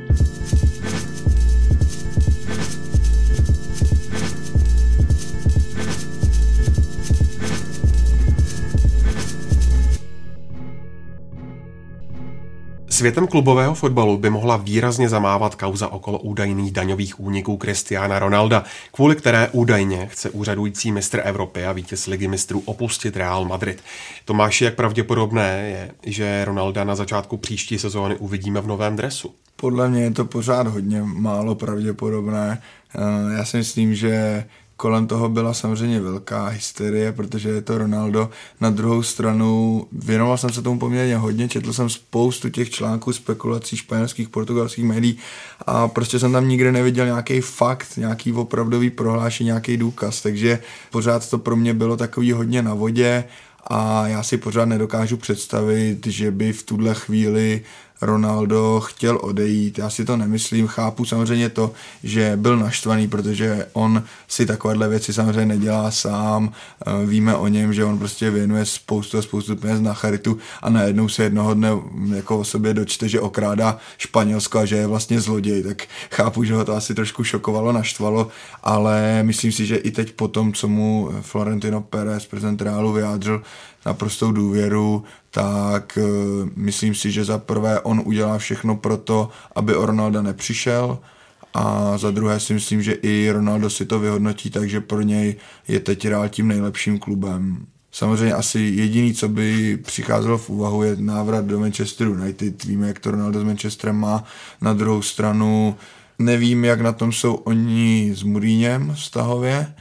Světem klubového fotbalu by mohla výrazně zamávat kauza okolo údajných daňových úniků Cristiana Ronalda, kvůli které údajně chce úřadující mistr Evropy a vítěz ligy mistrů opustit Real Madrid. Tomáši, jak pravděpodobné je, že Ronalda na začátku příští sezóny uvidíme v novém dresu? Podle mě je to pořád hodně málo pravděpodobné. Já si myslím, že kolem toho byla samozřejmě velká hysterie, protože je to Ronaldo. Na druhou stranu věnoval jsem se tomu poměrně hodně, četl jsem spoustu těch článků, spekulací španělských, portugalských médií a prostě jsem tam nikde neviděl nějaký fakt, nějaký opravdový prohlášení, nějaký důkaz, takže pořád to pro mě bylo takový hodně na vodě a já si pořád nedokážu představit, že by v tuhle chvíli Ronaldo chtěl odejít, já si to nemyslím, chápu samozřejmě to, že byl naštvaný, protože on si takovéhle věci samozřejmě nedělá sám, víme o něm, že on prostě věnuje spoustu peněz na charitu a najednou se jednoho dne jako o sobě dočte, že okrádá Španělsko a že je vlastně zloděj, tak chápu, že ho to asi trošku šokovalo, naštvalo, ale myslím si, že i teď po tom, co mu Florentino Pérez, prezident Realu, vyjádřil naprostou důvěru, tak myslím si, že za prvé on udělá všechno pro to, aby o Ronalda nepřišel a za druhé si myslím, že i Ronaldo si to vyhodnotí, takže pro něj je teď Real tím nejlepším klubem. Samozřejmě asi jediný, co by přicházelo v úvahu, je návrat do Manchester United. Víme, jak to Ronaldo s Manchesterem má. Na druhou stranu nevím, jak na tom jsou oni s Mourinhem vztahově,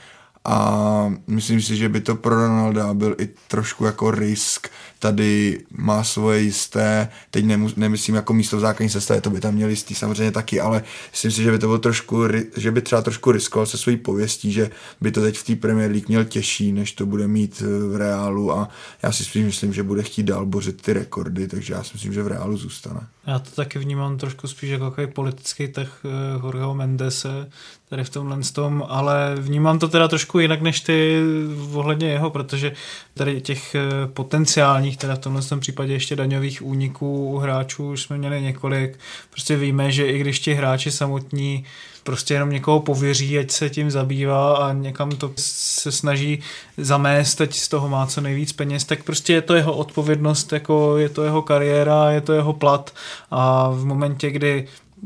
a myslím si, že by to pro Ronalda byl i trošku jako risk. Tady má svoje jisté, teď nemyslím jako místo v základní sestavě, to by tam měl jistý samozřejmě taky, ale myslím si, že by to bylo trošku, že by třeba trošku riskoval se svojí pověstí, že by to teď v té Premier League měl těžší, než to bude mít v Reálu a já si myslím, že bude chtít dál bořit ty rekordy, takže já si myslím, že v Reálu zůstane. Já to taky vnímám trošku spíš jako takový politický tah Jorgeho Mendese tady v tomhle tom, ale vnímám to teda trošku jinak než ty ohledně jeho, protože tady těch potenciálních, teda v tomhle případě ještě daňových úniků u hráčů už jsme měli několik. Prostě víme, že i když ti hráči samotní prostě jenom někoho pověří, ať se tím zabývá a někam to se snaží zamést, teď z toho má co nejvíc peněz, tak prostě je to jeho odpovědnost, jako je to jeho kariéra, je to jeho plat a v momentě, kdy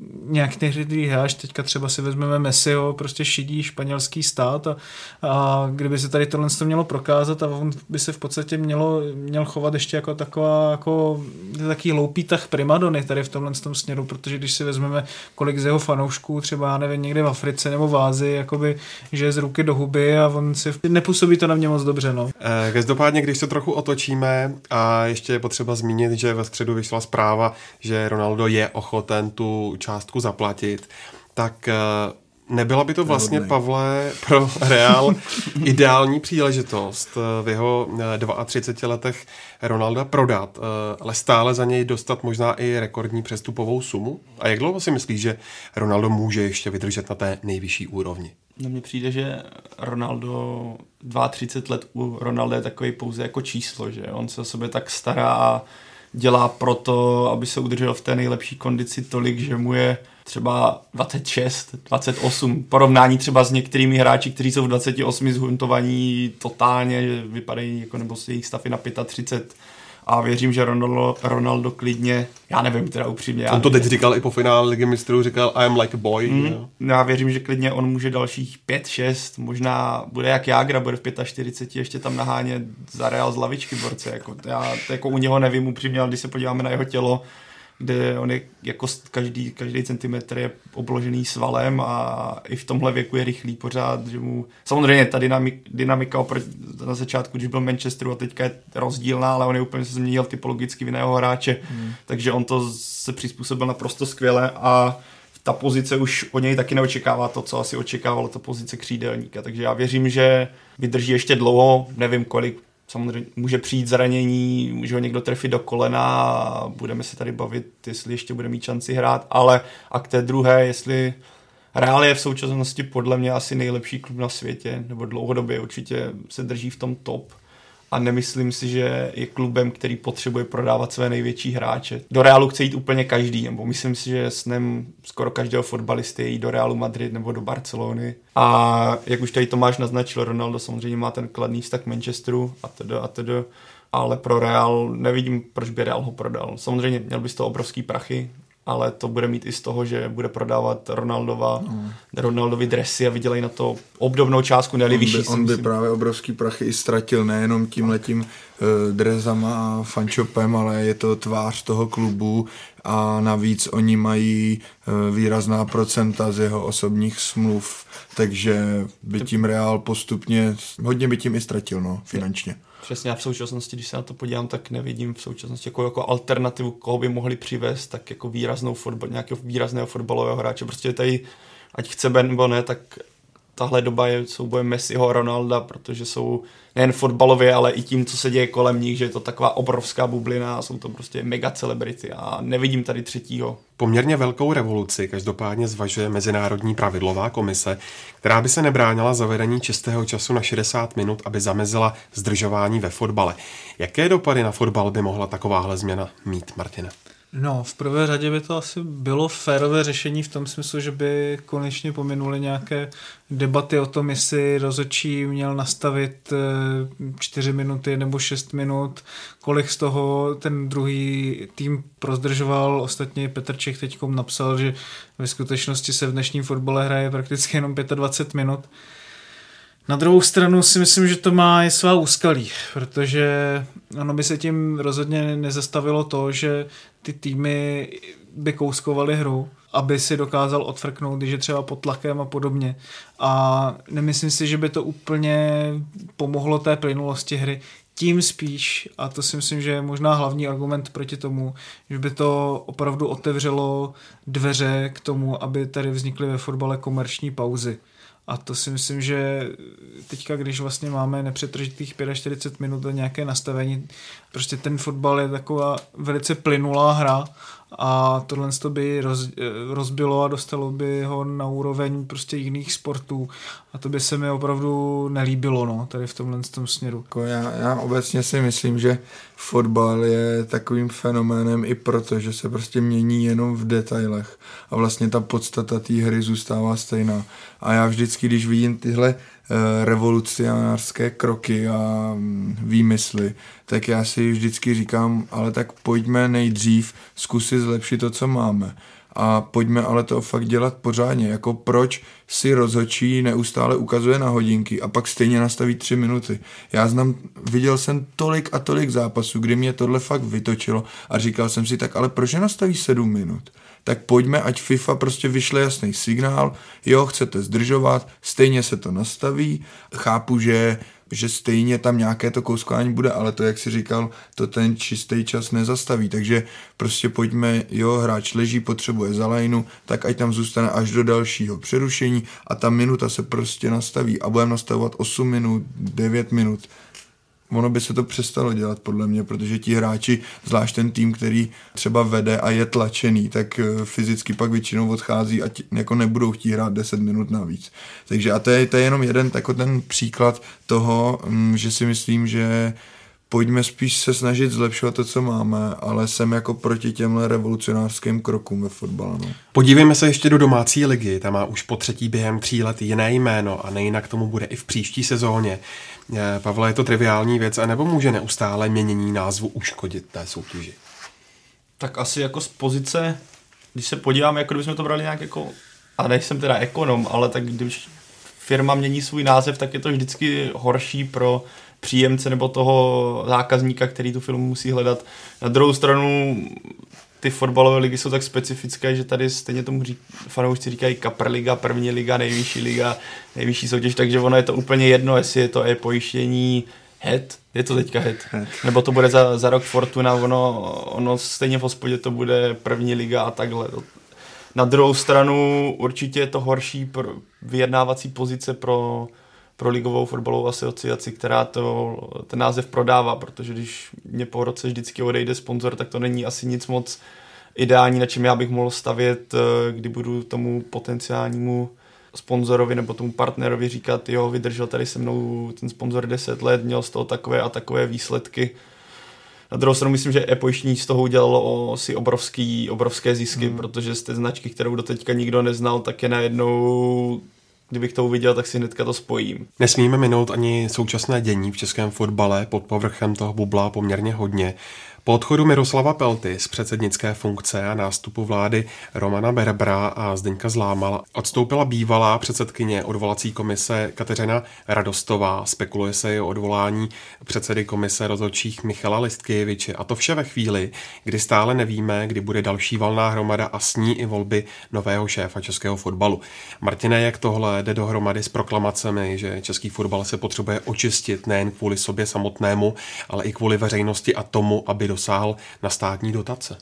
nějaký hráč, teďka třeba si vezmeme Messiho, prostě šidí španělský stát a kdyby se tady tohle mělo prokázat a on by se v podstatě měl chovat ještě jako taková, jako taký hloupý tah primadony tady v tomhle směru, protože když si vezmeme, kolik z jeho fanoušků třeba, já nevím, někde v Africe nebo v Ázii, jakoby, že je z ruky do huby a on si nepůsobí to na mě moc dobře, no. Každopádně, když se trochu otočíme a ještě je potřeba zmínit, že ve středu vyšla zpráva, že Ronaldo je ochoten tu částku zaplatit, tak nebyla by to vlastně, Pavle, pro Real ideální příležitost v jeho 32 letech Ronalda prodat, ale stále za něj dostat možná i rekordní přestupovou sumu? A jak dlouho si myslíš, že Ronaldo může ještě vydržet na té nejvyšší úrovni? No mně přijde, že Ronaldo 32 let u Ronalda je takový pouze jako číslo, že on se o sebe tak stará a dělá proto, aby se udržel v té nejlepší kondici tolik, že mu je třeba 26, 28, porovnání třeba s některými hráči, kteří jsou v 28 zhuntovaní totálně, že vypadají jako, nebo si jejich stav je na 35 a věřím, že Ronaldo klidně, já nevím teda upřímně. On to teď říkal i po finále Ligy mistrů, říkal I am like a boy. Já věřím, že klidně on může dalších 5-6, možná bude jak Jágra, bude v 45 ještě tam nahánět za Real z lavičky borce. Jako, já to jako u něho nevím upřímně, ale když se podíváme na jeho tělo, kde on je jako každý centimetr je obložený svalem a i v tomhle věku je rychlý pořád, že mu samozřejmě ta dynamika na začátku, když byl Manchesteru a teďka je rozdílná, ale on je úplně se změnil typologicky v jiného hráče, takže on to se přizpůsobil naprosto skvěle a ta pozice už od něj taky neočekává to, co asi očekávalo ta pozice křídelníka, takže já věřím, že vydrží ještě dlouho, nevím kolik. Samozřejmě může přijít zranění, může ho někdo trefit do kolena a budeme se tady bavit, jestli ještě bude mít šanci hrát, ale a k té druhé, jestli Real je v současnosti podle mě asi nejlepší klub na světě, nebo dlouhodobě určitě se drží v tom top a nemyslím si, že je klubem, který potřebuje prodávat své největší hráče. Do Realu chce jít úplně každý, nebo myslím si, že snem skoro každého fotbalisty je jít do Realu Madrid nebo do Barcelony. A jak už tady Tomáš naznačil, Ronaldo samozřejmě má ten kladný vztah k Manchesteru atd. Ale pro Real nevidím, proč by Real ho prodal. Samozřejmě měl by z toho obrovský prachy, ale to bude mít i z toho, že bude prodávat Ronaldovi dresy a vydělají na to obdobnou částku, ne-li vyšší. On by právě obrovský prachy i ztratil, nejenom tímhletím dresama a fanshopem, ale je to tvář toho klubu a navíc oni mají výrazná procenta z jeho osobních smluv, takže by tím Real postupně, hodně by tím i ztratil, finančně. Přesně, a v současnosti, když se na to podívám, tak nevidím v současnosti jako alternativu, koho by mohli přivést, tak jako nějakého výrazného fotbalového hráče. Prostě tady, ať chce Ben nebo ne, tak tahle doba je soubojem Messiho a Ronalda, protože jsou nejen fotbalově, ale i tím, co se děje kolem nich, že je to taková obrovská bublina a jsou to prostě mega celebrity a nevidím tady třetího. Poměrně velkou revoluci každopádně zvažuje Mezinárodní pravidlová komise, která by se nebránila zavedení čistého času na 60 minut, aby zamezila zdržování ve fotbale. Jaké dopady na fotbal by mohla takováhle změna mít, Martina? No, v prvé řadě by to asi bylo férové řešení v tom smyslu, že by konečně pominuly nějaké debaty o tom, jestli rozhodčí měl nastavit 4 minuty nebo 6 minut, kolik z toho ten druhý tým prozdržoval. Ostatně Petr Čech teďkom napsal, že ve skutečnosti se v dnešním fotbale hraje prakticky jenom 25 minut. Na druhou stranu si myslím, že to má i svá úskalí, protože ono by se tím rozhodně nezastavilo to, že ty týmy by kouskovaly hru, aby si dokázal odfrknout, když je třeba pod tlakem a podobně. A nemyslím si, že by to úplně pomohlo té plynulosti hry. Tím spíš, a to si myslím, že je možná hlavní argument proti tomu, že by to opravdu otevřelo dveře k tomu, aby tady vznikly ve fotbale komerční pauzy. A to si myslím, že teďka, když vlastně máme nepřetržitých 45 minut a nějaké nastavení, prostě ten fotbal je taková velice plynulá hra a tohle by rozbilo a dostalo by ho na úroveň prostě jiných sportů a to by se mi opravdu nelíbilo, tady v tomhle směru. Já obecně si myslím, že fotbal je takovým fenoménem i proto, že se prostě mění jenom v detailech a vlastně ta podstata té hry zůstává stejná. A já vždycky, když vidím tyhle revolucionářské kroky a výmysly, tak já si vždycky říkám, ale tak pojďme nejdřív zkusit zlepšit to, co máme. A pojďme ale to fakt dělat pořádně. Jako proč si rozhodčí neustále ukazuje na hodinky a pak stejně nastaví 3 minuty. Viděl jsem tolik a tolik zápasů, kdy mě tohle fakt vytočilo a říkal jsem si, tak ale proč nenastaví 7 minut? Tak pojďme, ať FIFA prostě vyšle jasný signál, jo, chcete zdržovat, stejně se to nastaví, chápu, že stejně tam nějaké to kouskování bude, ale to, jak si říkal, to ten čistý čas nezastaví, takže prostě pojďme, jo, hráč leží, potřebuje zalajnu, tak ať tam zůstane až do dalšího přerušení a ta minuta se prostě nastaví a budeme nastavovat 8 minut, 9 minut. Ono by se to přestalo dělat podle mě, protože ti hráči, zvlášť ten tým, který třeba vede a je tlačený, tak fyzicky pak většinou odchází a jako nebudou chtít hrát 10 minut navíc. Takže a to je jenom jeden ten příklad toho, že si myslím, že pojďme spíš se snažit zlepšovat to, co máme, ale jsem jako proti těmhle revolucionářským krokům ve fotbale. No. Podívejme se ještě do domácí ligy, ta má už po 3. během 3 let jiné jméno a nejinak tomu bude i v příští sezóně. Pavle, je to triviální věc, anebo může neustále měnění názvu uškodit té soutěži? Tak asi jako z pozice, když se podívám, jako kdybychom to brali nějak jako, a nejsem teda ekonom, ale tak když firma mění svůj název, tak je to vždycky horší pro příjemce nebo toho zákazníka, který tu firmu musí hledat. Na druhou stranu ty fotbalové ligy jsou tak specifické, že tady stejně tomu fanoušci říkají Kaprliga, první liga, nejvyšší soutěž, takže ono je to úplně jedno, jestli je to pojištění Het, je to teďka Het. Nebo to bude za rok Fortuna, ono stejně v hospodě to bude první liga a takhle. Na druhou stranu určitě je to horší vyjednávací pozice pro ligovou fotbalovou asociaci, která ten název prodává, protože když mě po roce vždycky odejde sponzor, tak to není asi nic moc ideální, na čem já bych mohl stavět, kdy budu tomu potenciálnímu sponzorovi nebo tomu partnerovi říkat, jo, vydržel tady se mnou ten sponzor 10 let, měl z toho takové a takové výsledky. Na druhou stranu myslím, že e-pojištění z toho udělalo si obrovské zisky, protože z té značky, kterou doteďka nikdo neznal, tak je najednou, kdybych to uviděl, tak si hnedka to spojím. Nesmíme minout ani současné dění v českém fotbale, pod povrchem toho bublá poměrně hodně. Po odchodu Miroslava Pelty z předsednické funkce a nástupu vlády Romana Berbera a Zdeňka Zlámala odstoupila bývalá předsedkyně odvolací komise Kateřina Radostová. Spekuluje se i o odvolání předsedy komise rozhodčích Michala Listkejeviče. A to vše ve chvíli, kdy stále nevíme, kdy bude další valná hromada a s ní i volby nového šéfa českého fotbalu. Martine, jak tohle jde dohromady s proklamacemi, že český fotbal se potřebuje očistit nejen kvůli sobě samotnému, ale i kvůli veřejnosti a tomu, aby dosáhl na státní dotace?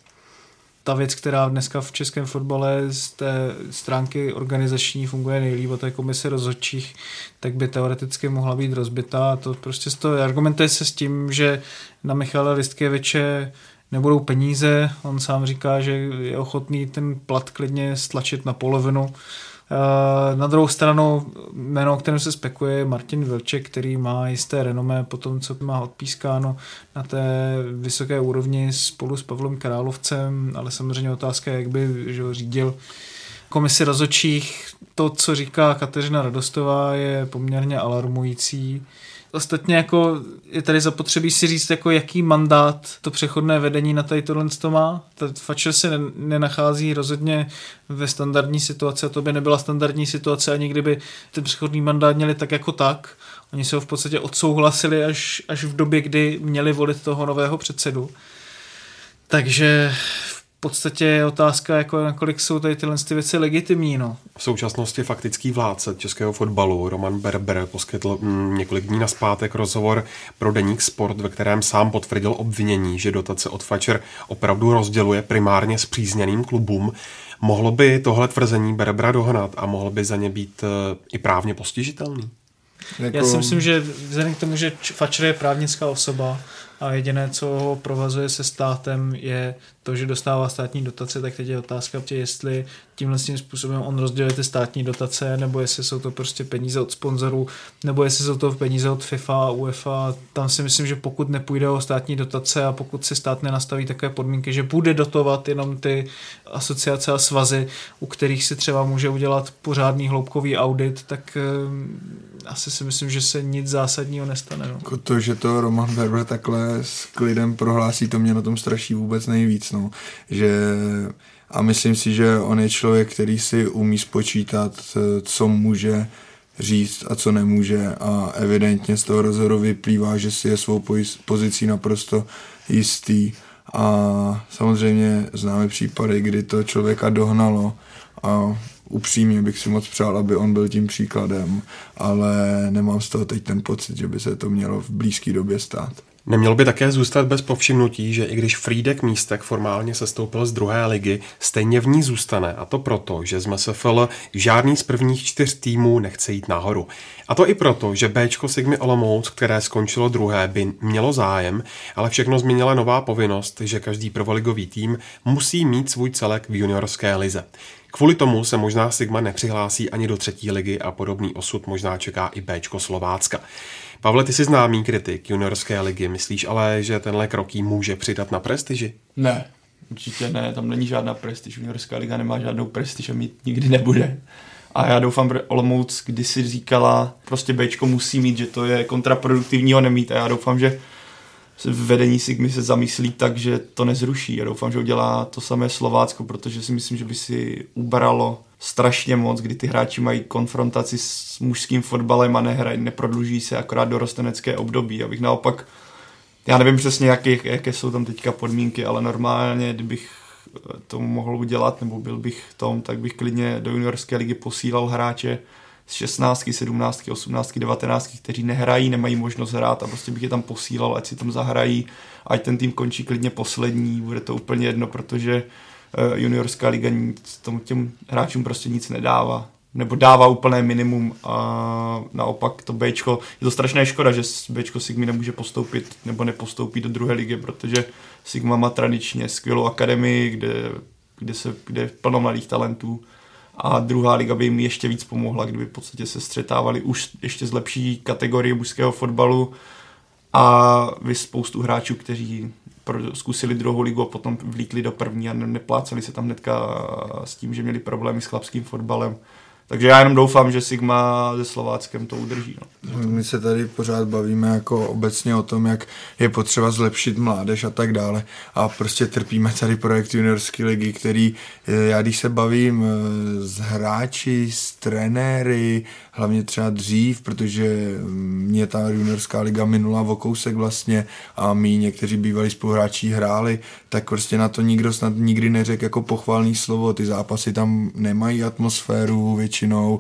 Ta věc, která dneska v českém fotbale z té stránky organizační funguje nejlíp, o té komise rozhodčích, tak by teoreticky mohla být rozbitá. To prostě argumentuje se s tím, že na Michala Listkejeviče nebudou peníze. On sám říká, že je ochotný ten plat klidně stlačit na polovinu. Na druhou stranu jméno, o kterém se spekuluje, je Martin Vilček, který má jisté renomé po tom, co má odpískáno na té vysoké úrovni spolu s Pavlem Královcem, ale samozřejmě otázka je, jak by řídil komisi rozhodčích. To, co říká Kateřina Radostová, je poměrně alarmující. Ostatně jako je tady zapotřebí si říct, jako jaký mandát to přechodné vedení na tady tohle má. Fatcher se nenachází rozhodně ve standardní situaci a to by nebyla standardní situace ani kdyby ten přechodný mandát měli tak jako tak. Oni se ho v podstatě odsouhlasili až v době, kdy měli volit toho nového předsedu. Takže v podstatě je otázka, jako nakolik jsou tady tyhle věci legitimní. No. V současnosti faktický vládce českého fotbalu Roman Berber poskytl několik dní nazpátek rozhovor pro deník Sport, ve kterém sám potvrdil obvinění, že dotace od Fatcher opravdu rozděluje primárně spřízněným klubům. Mohlo by tohle tvrzení Berbera dohnat a mohl by za ně být i právně postižitelný? Já si myslím, že vzhledem k tomu, že Fatcher je právnická osoba a jediné, co ho provazuje se státem, je to, že dostává státní dotace, tak teď je otázka, jestli tímhle způsobem on rozděluje ty státní dotace, nebo jestli jsou to prostě peníze od sponzorů, nebo jestli jsou to peníze od FIFA a UEFA. Tam si myslím, že pokud nepůjde o státní dotace a pokud si stát nenastaví takové podmínky, že bude dotovat jenom ty asociace a svazy, u kterých si třeba může udělat pořádný hloubkový audit, tak asi si myslím, že se nic zásadního nestane. No. Jako to, že to Roman Berber takhle s klidem prohlásí, to mě na tom straší vůbec nejvíc. No. A myslím si, že on je člověk, který si umí spočítat, co může říct a co nemůže, a evidentně z toho rozhovoru vyplývá, že si je svou pozicí naprosto jistý, a samozřejmě známe případy, kdy to člověka dohnalo a upřímně bych si moc přál, aby on byl tím příkladem, ale nemám z toho teď ten pocit, že by se to mělo v blízké době stát. Neměl by také zůstat bez povšimnutí, že i když Frýdek Místek formálně sestoupil z druhé ligy, stejně v ní zůstane, a to proto, že z MSFL žádný z prvních 4 týmů nechce jít nahoru. A to i proto, že Bčko Sigmy Olomouc, které skončilo druhé, by mělo zájem, ale všechno změnila nová povinnost, že každý prvoligový tým musí mít svůj celek v juniorské lize. Kvůli tomu se možná Sigma nepřihlásí ani do 3. ligy a podobný osud možná čeká i Bčko Slovácka. Pavle, ty jsi známý kritik juniorské ligy, myslíš ale, že tenhle krok jí může přidat na prestiži? Ne, určitě ne, tam není žádná prestiž, juniorská liga nemá žádnou prestiž a mít nikdy nebude. A já doufám, že Olomouc kdysi říkala, prostě Bčko musí mít, že to je kontraproduktivní ho nemít a já doufám, že vedení Sigmy se zamyslí tak, že to nezruší. Já doufám, že udělá to samé Slovácko, protože si myslím, že by si ubralo strašně moc, kdy ty hráči mají konfrontaci s mužským fotbalem a neprodluží se akorát dorostenecké období. Abych naopak, já nevím přesně, jaké jsou tam teďka podmínky, ale normálně, kdybych to mohl udělat, nebo byl bych tak bych klidně do juniorské ligy posílal hráče z 16, 17, 18, 19, kteří nehrají, nemají možnost hrát a prostě bych je tam posílal, ať si tam zahrají, ať ten tým končí klidně poslední, bude to úplně jedno, protože juniorská liga těm hráčům prostě nic nedává, nebo dává úplné minimum a naopak to Bčko, je to strašná škoda, že Bčko Sigmy nemůže postoupit nebo nepostoupí do druhé ligy, protože Sigma má tradičně skvělou akademii, kde je plno mladých talentů a druhá liga by jim ještě víc pomohla, kdyby v podstatě se střetávali už ještě z lepší kategorie mužského fotbalu a vy spoustu hráčů, kteří zkusili druhou ligu a potom vlítli do první a neplácali se tam hnedka s tím, že měli problémy s chlapským fotbalem. Takže já jenom doufám, že Sigma se Slováckem to udrží. No. My se tady pořád bavíme jako obecně o tom, jak je potřeba zlepšit mládež a tak dále. A prostě trpíme tady projekt juniorské ligy, který já když se bavím s hráči, s trenéry, hlavně třeba dřív, protože mě ta juniorská liga minula o kousek vlastně a my někteří bývalí spoluhráči hráli, tak prostě na to nikdo snad nikdy neřekl jako pochvalný slovo. Ty zápasy tam nemají atmosféru většinou,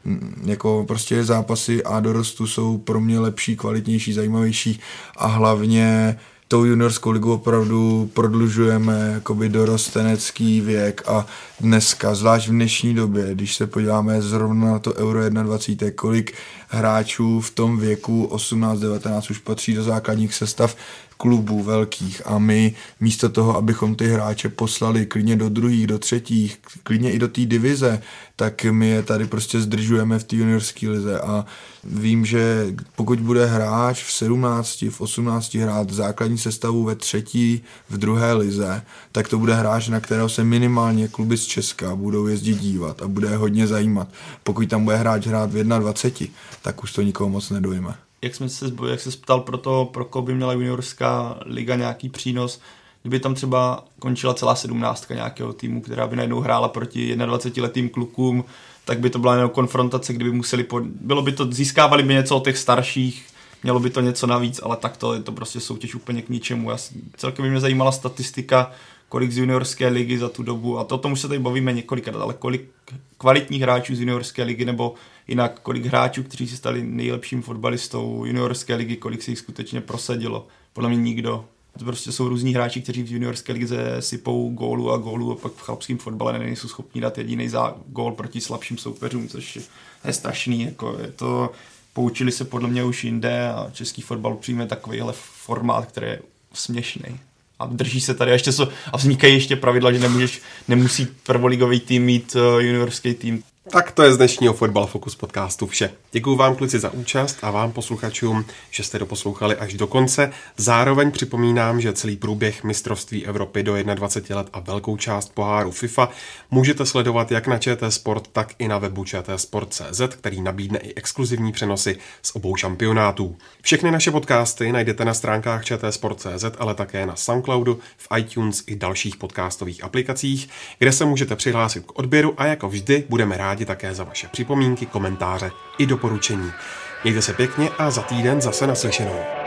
jako prostě zápasy a dorostu jsou pro mě lepší, kvalitnější, zajímavější a hlavně tou juniorskou ligu opravdu prodlužujeme jakoby dorostenecký věk a dneska, zvlášť v dnešní době, když se podíváme zrovna na to Euro 21, kolik hráčů v tom věku 18-19 už patří do základních sestav klubů velkých a my místo toho, abychom ty hráče poslali klidně do druhých, do třetích, klidně i do té divize, tak my je tady prostě zdržujeme v té juniorské lize a vím, že pokud bude hráč v 17, v 18 hrát základní sestavu ve třetí, v druhé lize, tak to bude hráč, na kterého se minimálně kluby z Česka budou jezdit dívat a bude hodně zajímat. Pokud tam bude hráč hrát v 21, tak už to nikoho moc nedojme. Jak se ptal pro koho by měla juniorská liga nějaký přínos, kdyby tam třeba končila celá 17 nějakého týmu, která by najednou hrála proti 21letým klukům, tak by to byla jenom konfrontace, kdyby museli, získávali by něco od těch starších, mělo by to něco navíc, ale takto je to prostě soutěž úplně k ničemu. Celkem by mě zajímala statistika, kolik z juniorské ligy za tu dobu, a to o tom už se tady bavíme několikrát, ale kolik kvalitních hráčů z juniorské ligy, nebo jinak kolik hráčů, kteří se stali nejlepším fotbalistou juniorské ligy, kolik se jich skutečně prosadilo. Podle mě nikdo. To prostě jsou různí hráči, kteří v juniorské lize sypou gólu a pak v chlapském fotbale nejsou schopni dát jediný gól proti slabším soupeřům, což je strašný. Jako je to, poučili se podle mě už jinde a český fotbal přijme takovýhle formát, který je směšný. A drží se tady a vznikají ještě pravidla, že nemusí prvoligový tým mít juniorský tým. Tak to je z dnešního Fotbal Focus podcastu vše. Děkuju vám kluci za účast a vám posluchačům, že jste doposlouchali až do konce. Zároveň připomínám, že celý průběh mistrovství Evropy do 21 let a velkou část poháru FIFA můžete sledovat jak na ČT Sport, tak i na webu čtsport.cz, který nabídne i exkluzivní přenosy z obou šampionátů. Všechny naše podcasty najdete na stránkách čtsport.cz, ale také na Soundcloudu, v iTunes i dalších podcastových aplikacích, kde se můžete přihlásit k odběru a jako vždy budeme rádi také za vaše připomínky, komentáře i doporučení. Mějte se pěkně a za týden zase naslyšenou.